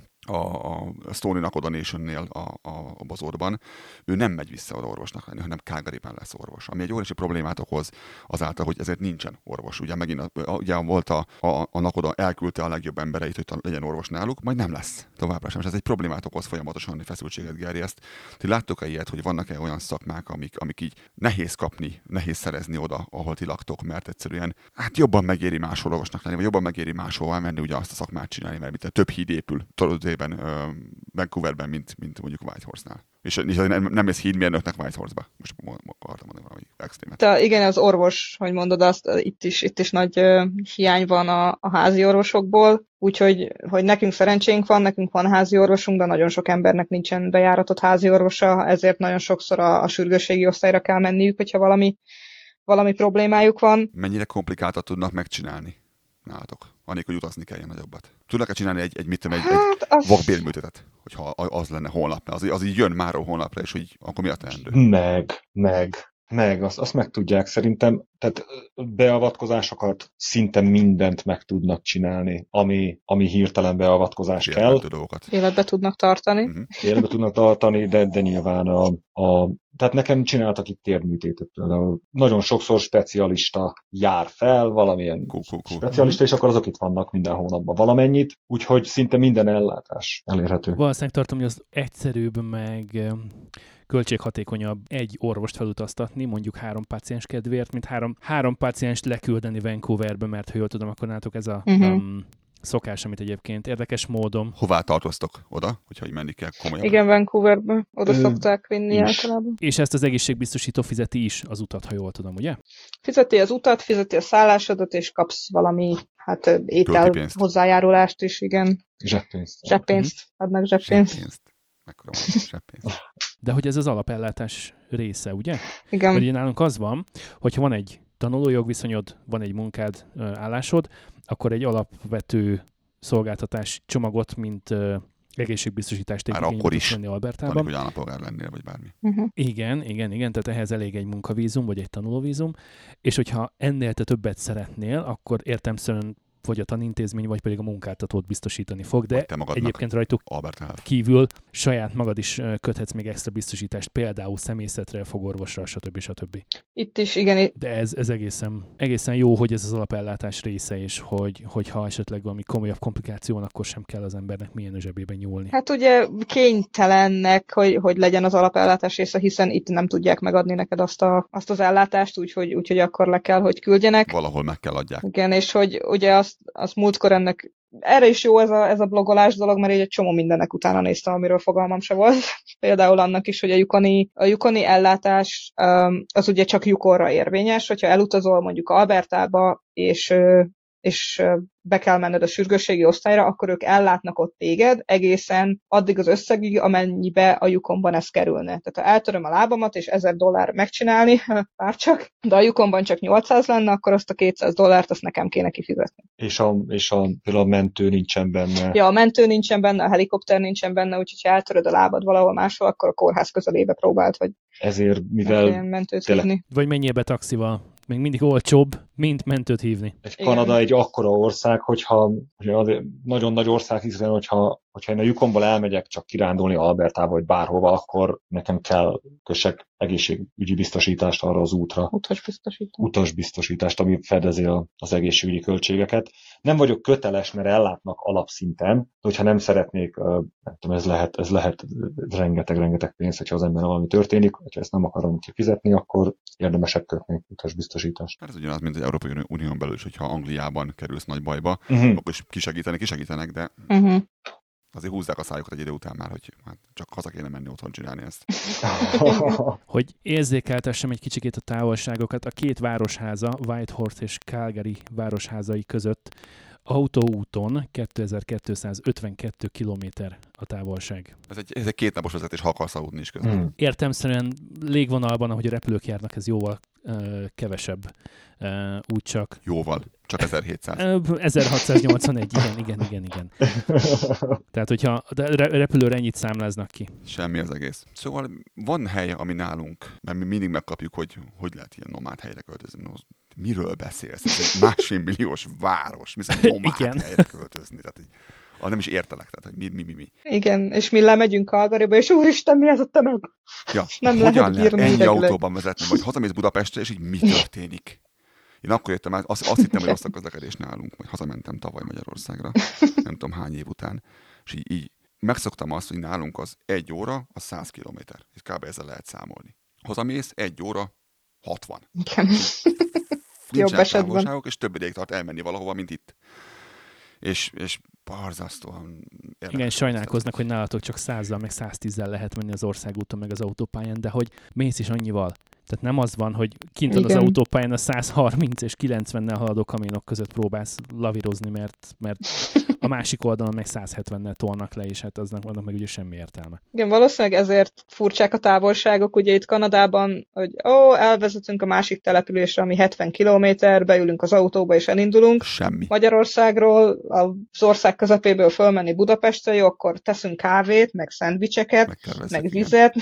Stony Nakoda Nation-nél a bazódban, ő nem megy vissza oda orvosnak lenni, hanem Calgaryben lesz orvos. Ami egy óriási problémát okoz azáltal, hogy ezért nincsen orvos. Ugye megint ugye volt a Nakoda elküldte a legjobb embereit, hogy legyen orvos náluk, majd nem lesz továbbra sem. És ez egy problémát okoz folyamatosan, hogy feszültséget gerjeszt. Ti láttok-e ilyet, hogy vannak-e olyan szakmák, amik így nehéz kapni, nehéz szerezni oda, ahol ti laktok, mert egyszerűen hát jobban megéri máshol orvosnak lenni, vagy jobban megéri máshol menni, ugye azt a szakmát csinálni, mert több híd épül Vancouverben, mint mondjuk Whitehorse-nál. És nem lesz hídmérnöknek Whitehorse-ba. Most akartam mondani valami extrémet. Igen, az orvos, hogy mondod azt, itt is nagy hiány van a házi orvosokból, úgyhogy hogy nekünk szerencsénk van, nekünk van házi orvosunk, de nagyon sok embernek nincsen bejáratott házi orvosa, ezért nagyon sokszor a sürgősségi osztályra kell menniük, hogyha valami problémájuk van. Mennyire komplikáltat tudnak megcsinálni nálatok? Annélkül, hogy utazni kelljen nagyobbat. Tudnak-e csinálni egy vakbélműtétet, hogyha az lenne holnap? Az így jön már holnapra, és hogy akkor mi a teendő? Meg. Azt meg tudják szerintem, tehát beavatkozásokat szinte mindent meg tudnak csinálni, ami hirtelen beavatkozás kell. Életbe tudnak tartani. Életbe tudnak tartani, de nyilván tehát nekem csináltak itt térműtétet például. Nagyon sokszor specialista jár fel, valamilyen specialista, és akkor azok itt vannak minden hónapban valamennyit, úgyhogy szinte minden ellátás elérhető. Valószínűleg tartom, hogy az egyszerűbb, meg költséghatékonyabb egy orvost felutaztatni, mondjuk 3 páciens kedvéért, mint három pácienst leküldeni Vancouverbe, mert ha jól tudom, akkor nálatok ez a szokás, amit egyébként érdekes módon. Hová tartoztok? Oda? Hogyha így menni kell komolyan. Igen, Vancouverbe. Oda szokták vinni általában. És ezt az egészségbiztosító fizeti is az utat, ha jól tudom, ugye? Fizeti az utat, fizeti a szállásodat, és kapsz valami étel hozzájárulást is, igen. Zseppénzt. Adnak zseppénzt. Mekkora van zseppénzt. De hogy ez az alapellátás része, ugye? Igen. Mert nálunk az van, hogyha van egy tanulójogviszonyod, van egy munkád, állásod, akkor egy alapvető szolgáltatás csomagot, mint egészségbiztosítást igénybe tudsz venni Albertában. Van, hogy állampolgár lennél, vagy bármi. Igen, tehát ehhez elég egy munkavízum, vagy egy tanulóvízum, és hogyha ennél te többet szeretnél, akkor értelemszerűen vagy a tanintézmény, vagy pedig a munkáltatót biztosítani fog, de egyébként rajtuk kívül saját magad is köthetsz még extra biztosítást, például személyzetre, fogorvosra, stb. Itt is, igen. De ez egészen jó, hogy ez az alapellátás része, és hogyha esetleg valami komolyabb komplikáció van, akkor sem kell az embernek milyen zsebében nyúlni. Hát ugye kénytelennek, hogy legyen az alapellátás része, hiszen itt nem tudják megadni neked azt az ellátást, úgyhogy akkor le kell, hogy küldjenek. Valahol meg kell adják. Igen, és hogy ugye azt múltkor ennek, erre is jó ez a blogolás dolog, mert így egy csomó mindennek utána néztem, amiről fogalmam se volt. Például annak is, hogy a Yukoni ellátás az ugye csak Yukonra érvényes, hogyha elutazol mondjuk Albertába, és be kell menned a sürgősségi osztályra, akkor ők ellátnak ott téged egészen addig az összegig, amennyibe a Yukonban ez kerülne. Tehát ha eltöröm a lábamat, és $1000 megcsinálni, bárcsak, de a Yukonban csak 800 lenne, akkor azt a $200 azt nekem kéne kifizetni. És például a mentő nincsen benne. Ja, a mentő nincsen benne, a helikopter nincsen benne, úgyhogy ha eltöröd a lábad valahol máshol, akkor a kórház közelébe próbáld, vagy ezért, mivel mentőt hívni. Vagy menjél be taxival. Még mindig olcsóbb, mint mentőt hívni. Kanada egy akkora ország, hogyha nagyon nagy ország, hiszen hogyha én a Yukonból elmegyek csak kirándulni Albertába, vagy bárhova, akkor nekem kell kössek egészségügyi biztosítást arra az útra. Utasbiztosítást, ami fedezi az egészségügyi költségeket. Nem vagyok köteles, mert ellátnak alapszinten, de hogyha nem szeretnék, nem tudom, ez lehet rengeteg pénz, hogyha az ember valami történik, hogyha ezt nem akarom kifizetni, akkor érdemesebb kötni utasbiztosítást. Hát ez ugyanaz, mint az Európai Unión belül is, hogyha Angliában kerülsz nagy bajba, akkor is kisegítenek, de azért húzzák a szájukat egy idő után már, hogy hát csak haza kéne menni otthon csinálni ezt. Hogy érzékeltessem egy kicsikét a távolságokat, a két városháza, Whitehorse és Calgary városházai között autóúton 2252 kilométer a távolság. Ez egy 2 napos vezetés, ha akarsz aludni is közben. Értelemszerűen légvonalban, ahogy a repülők járnak, ez jóval kevesebb. Úgy csak... Jóval. Csak 1700. 1681, igen. Tehát, hogyha a repülőre ennyit számláznak ki. Semmi az egész. Szóval van hely, ami nálunk, mert mi mindig megkapjuk, hogy lehet ilyen nomád helyre költözni. Miről beszélsz? Ez egy 1,5 milliós város. Mi szerint nomád helyre költözni? Tehát, nem is értelek, tehát, hogy mi. Igen, és mi lemegyünk Calgaryba, és úristen, mi ez a tömeg? Ja, nem hogyan lehet ennyi autóban vezetni, vagy hazamész Budapestre, és így mi történik? Én akkor jöttem át, azt hittem, hogy rossz a közlekedés nálunk, majd hazamentem tavaly Magyarországra, nem tudom hány év után, és így megszoktam azt, hogy nálunk az 1 óra, az 100 kilométer, és kb. Ezzel lehet számolni. Hazamész, 1 óra, 60. Igen. Nincsenek távolságok, és több ideig tart elmenni valahova, mint itt. És borzasztóan... Igen, sajnálkoznak, hogy nálatok csak 100-zal, meg 110-zel lehet menni az országúton, meg az autópályán, de hogy mész is annyival. Tehát nem az van, hogy kint az autópályán a 130 és 90-nel haladó kamionok között próbálsz lavírozni, mert a másik oldalon meg 170-nel tolnak le, és hát aznak meg ugye semmi értelme. Igen, valószínűleg ezért furcsák a távolságok, ugye itt Kanadában, hogy elvezetünk a másik településre, ami 70 kilométer, beülünk az autóba és elindulunk. Semmi. Magyarországról, az ország közepéből fölmenni Budapestre, jó, akkor teszünk kávét, meg szendvicseket, meg vizet,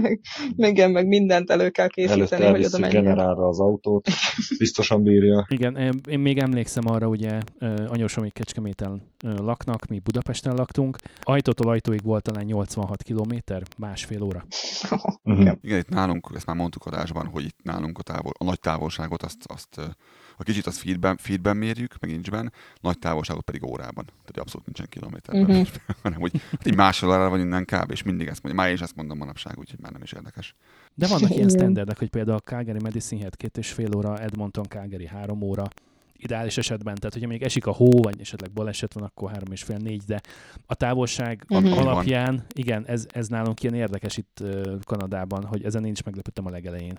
meg mindent elő kell készíteni, hogy oda menjünk. Generálra az autót, biztosan bírja. Igen, én még emlékszem arra, ugye anyósom még Kecskeméten laknak, mi Budapesten laktunk. Ajtótól ajtóig volt talán 86 kilométer, másfél óra. Igen, itt nálunk, ezt már mondtuk adásban, hogy itt nálunk a nagy távolságot, azt a kicsit azt feedben mérjük, meg inchben, nagy távolságot pedig órában. Tehát abszolút nincsen kilométerben, hanem hogy egy másfél órára van innen kb. És mindig ezt mondja. Már én is ezt mondom manapság, úgyhogy már nem is érdekes. De vannak ilyen standardek, hogy például Calgary Medicine Hat 2,5 óra, Edmonton Calgary 3 óra, ideális esetben, tehát hogyha még esik a hó, vagy esetleg baleset van, akkor 3,5-4, de a távolság alapján, igen, ez nálunk ilyen érdekes itt Kanadában, hogy ezen én is meglepődtem a legelején,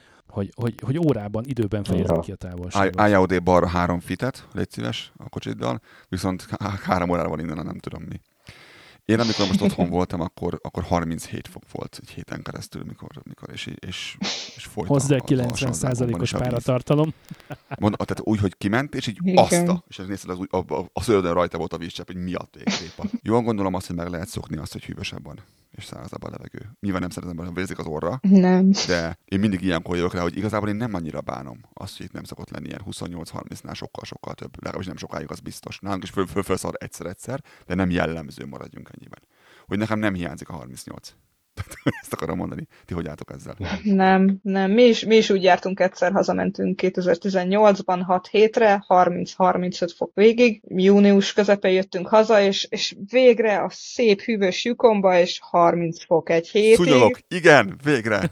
hogy órában, időben fejezik ki a távolságot. Álljál odébb balra 3 fitet, légy szíves a kocsiddal, viszont 3 órára van innen, nem tudom mi. Én amikor most otthon voltam, akkor 37 fok volt egy héten keresztül, mikor és folyt. Hozzá 90%-os páratartalom. Tehát úgy, hogy kiment, és így és nézted, a szőlődön rajta volt a vízcsepp, hogy miatt végképp. Jól gondolom azt, hogy meg lehet szokni azt, hogy hűvösebb van, és szárazabb a levegő. Nyilván nem szeretem, hogy vérzik az orra, nem. De én mindig ilyenkor jövök rá, hogy igazából én nem annyira bánom azt, hogy itt nem szokott lenni ilyen 28-30-nál sokkal több. Legalábbis nem sokáig, az biztos. Nálunk is fölszar egyszer, de nem jellemző, maradjunk ennyiben. Hogy nekem nem hiányzik a 38. Ezt akarom mondani. Ti hogy álltok ezzel? Nem. Mi is úgy jártunk egyszer, hazamentünk 2018-ban 6 hétre, 30-35 fok végig. Június közepén jöttünk haza, és végre a szép hűvös Yukonba, és 30 fok egy hétig. Szúnyolok, igen, végre!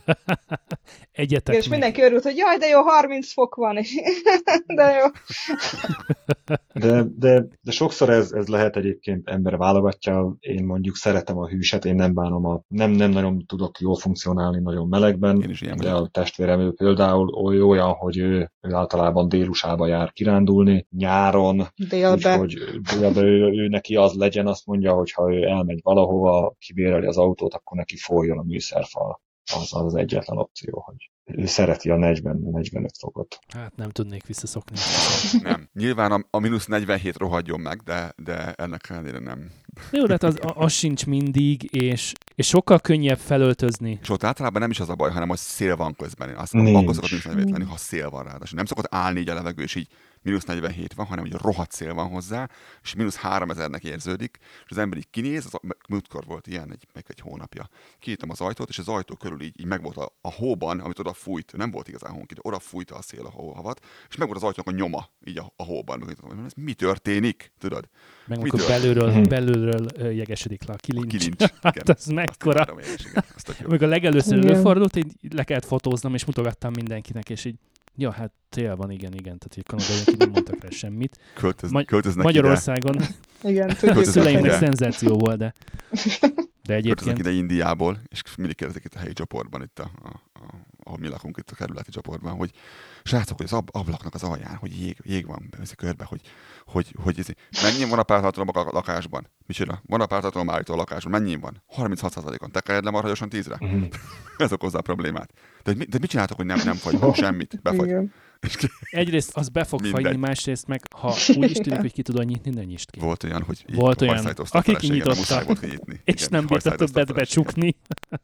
Egyetek és mindenki örült, hogy jaj, de jó, 30 fok van. De jó. De sokszor ez lehet egyébként, ember válogatja. Én mondjuk szeretem a hűset, én nem bánom nem nagyon tudok jól funkcionálni nagyon melegben, de a testvérem ő például olyan, hogy ő általában délusába jár kirándulni, nyáron, úgyhogy ő neki az legyen, azt mondja, hogy ha ő elmegy valahova, kibéreli az autót, akkor neki folyjon a műszerfal. Az egyetlen opció, hogy ő szereti a 40-45 fokot. Hát nem tudnék visszaszokni. Nem. Nyilván a mínusz 47 rohadjon meg, de ennek ellenére nem. Jó, de hát az sincs mindig, és sokkal könnyebb felöltözni. És ott általában nem is az a baj, hanem hogy szél van közben. Én azt mondom, akkor szokott mínusz 47 lenni, ha szél van rá. Nem szokott állni így a levegő, és így mínusz 47 van, hanem hogy rohadt szél van hozzá, és mínusz 3000-nek érződik, és az ember így kinéz, múltkor volt ilyen, egy hónapja. Kinyitom az ajtót, és az ajtó körül így meg volt a hóban, amit oda fújt, nem volt igazán hónk, de oda fújta a szél a hóhavat, és meg volt az ajtónak a nyoma, így a hóban. Ez mi történik, tudod? Meg amikor belülről jegesedik le a kilincs. Hát az mekkora. Amikor legelőször előfordult, így le kellett fotóznom, és mutogattam mindenkinek, és így ja, hát tél van, igen. Tehát, hogy kanadaiak nem mondtak rá semmit. Költöznek Magyarországon szüleimnek szenzáció volt, de egyébként... Költöznek ide Indiából, és mindig kérdezik itt a helyi csoportban, itt ahol mi lakunk itt a kerületi csoportban, hogy srácok, hogy az ablaknak az alján, hogy jég van beveszi körbe, hogy mennyi van a pártartalom a lakásban? Micsoda? Van a pártartalom állító a lakásban? Mennyi van? 36%-on. Te kelled le marhagyosan 10-re? Ez okozza a problémát. De mit csináltok, hogy nem fagy semmit? Befagy. Egyrészt az be fog fagyni, másrészt meg, ha úgy is tűnik, hogy ki tudod nyitni, ne nyisd ki. Volt olyan, hogy akik nyitottak, és nem bírta többet becsukni.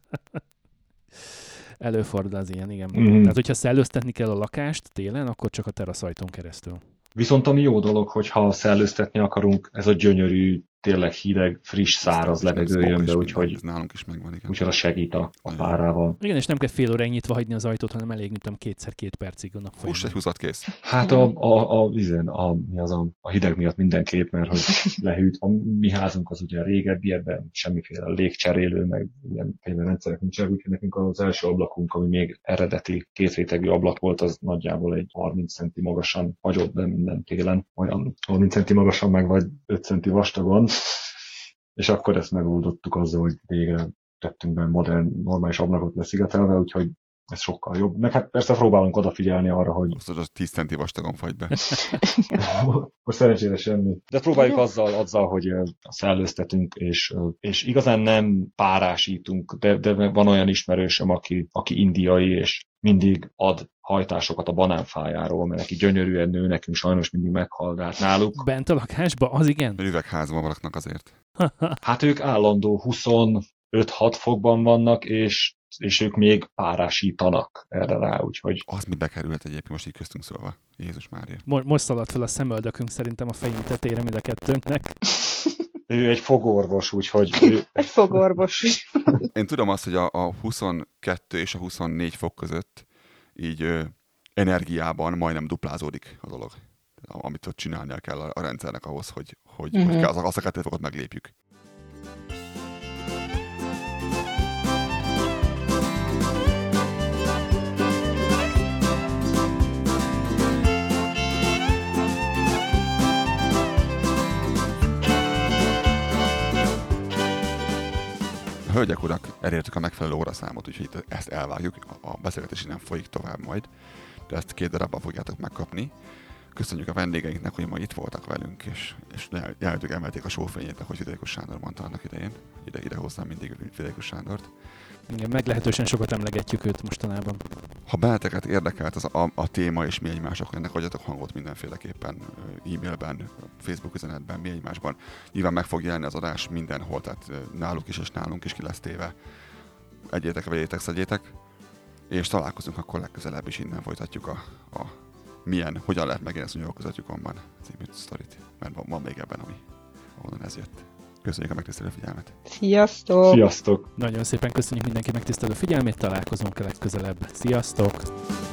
Előfordul az ilyen, igen. Tehát, hogyha szellőztetni kell a lakást télen, akkor csak a teraszajtón keresztül. Viszont ami jó dolog, hogyha szellőztetni akarunk, ez a gyönyörű, tényleg hideg, friss, száraz levegő jön be, úgyhogy nálunk is megvan, igen. Úgyhogy az segít a párával. Igen, és nem kell fél óráig nyitva hagyni az ajtót, hanem elég, mint 2x2 percig a nap folyamán. Húss egy 20 kész. Hát a hideg miatt mindenképp, mert hogy lehűt. A mi házunk az ugye régebbi, ebben semmiféle légcserélő, meg ilyen rendszerek nincsenek, úgyhogy nekünk az első ablakunk, ami még eredeti kétrétegű ablak volt, az nagyjából egy 30 centi magasan hagyott be minden télen. Olyan 30 centi magasan, meg vagy 5 centi vastagon. És akkor ezt megoldottuk azzal, hogy végre tettünk be modern, normális ablakot leszigetelve, úgyhogy ez sokkal jobb. Meg hát persze próbálunk odafigyelni arra, hogy... Az 10 centi vastagon fagy be. Most szerencsére semmi. De próbáljuk azzal, hogy szellőztetünk, és igazán nem párásítunk, de van olyan ismerősöm, aki indiai, és mindig ad hajtásokat a banánfájáról, mert neki gyönyörűen nő, nekünk sajnos mindig meghal, de hát náluk... Bent a lakásba? Az igen? Üvegházban laknak azért. Hát ők állandó 25-6 fokban vannak, és ők még párásítanak erre rá, úgyhogy... Az mi bekerült egyébként most így köztünk szólva. Jézus Mária. Most szaladt fel a szemöldökünk szerintem a fejünk tetejére mind a kettőnknek. Ő egy fogorvos, úgyhogy... Egy fogorvos. Én tudom azt, hogy a 22 és a 24 fok között így energiában majdnem duplázódik a dolog. Amit ott csinálnia kell a rendszernek ahhoz, hogy azt a 2 fokot meglépjük. Hölgyek, urak, elértük a megfelelő óraszámot, úgyhogy ezt elvágjuk, a beszélgetés nem folyik tovább majd, de ezt 2 darabban fogjátok megkapni. Köszönjük a vendégeinknek, hogy ma itt voltak velünk, és emelték a sófényét, ahogy Fiderikus Sándor mondta annak idején. Ide hozzám mindig Fiderikus Sándort. Igen, meglehetősen sokat emlegetjük őt mostanában. Ha benneteket érdekelt a téma és mi egymások, ennek adjatok hangot mindenféleképpen, e-mailben, Facebook üzenetben, mi egymásban. Nyilván meg fog jelenni az adás mindenhol, tehát náluk is és nálunk is ki lesz téve. Egyétek, vegyétek, szedjétek, és találkozunk akkor legközelebb is, innen folytatjuk a hogyan lehet megélni a szúnyogok között lyukomban című sztorit, mert van még ebben, ahonnan ez jött. Köszönjük a megtisztelő figyelmet! Sziasztok! Sziasztok! Nagyon szépen köszönjük mindenki megtisztelő figyelmét, találkozunk legközelebb. Sziasztok!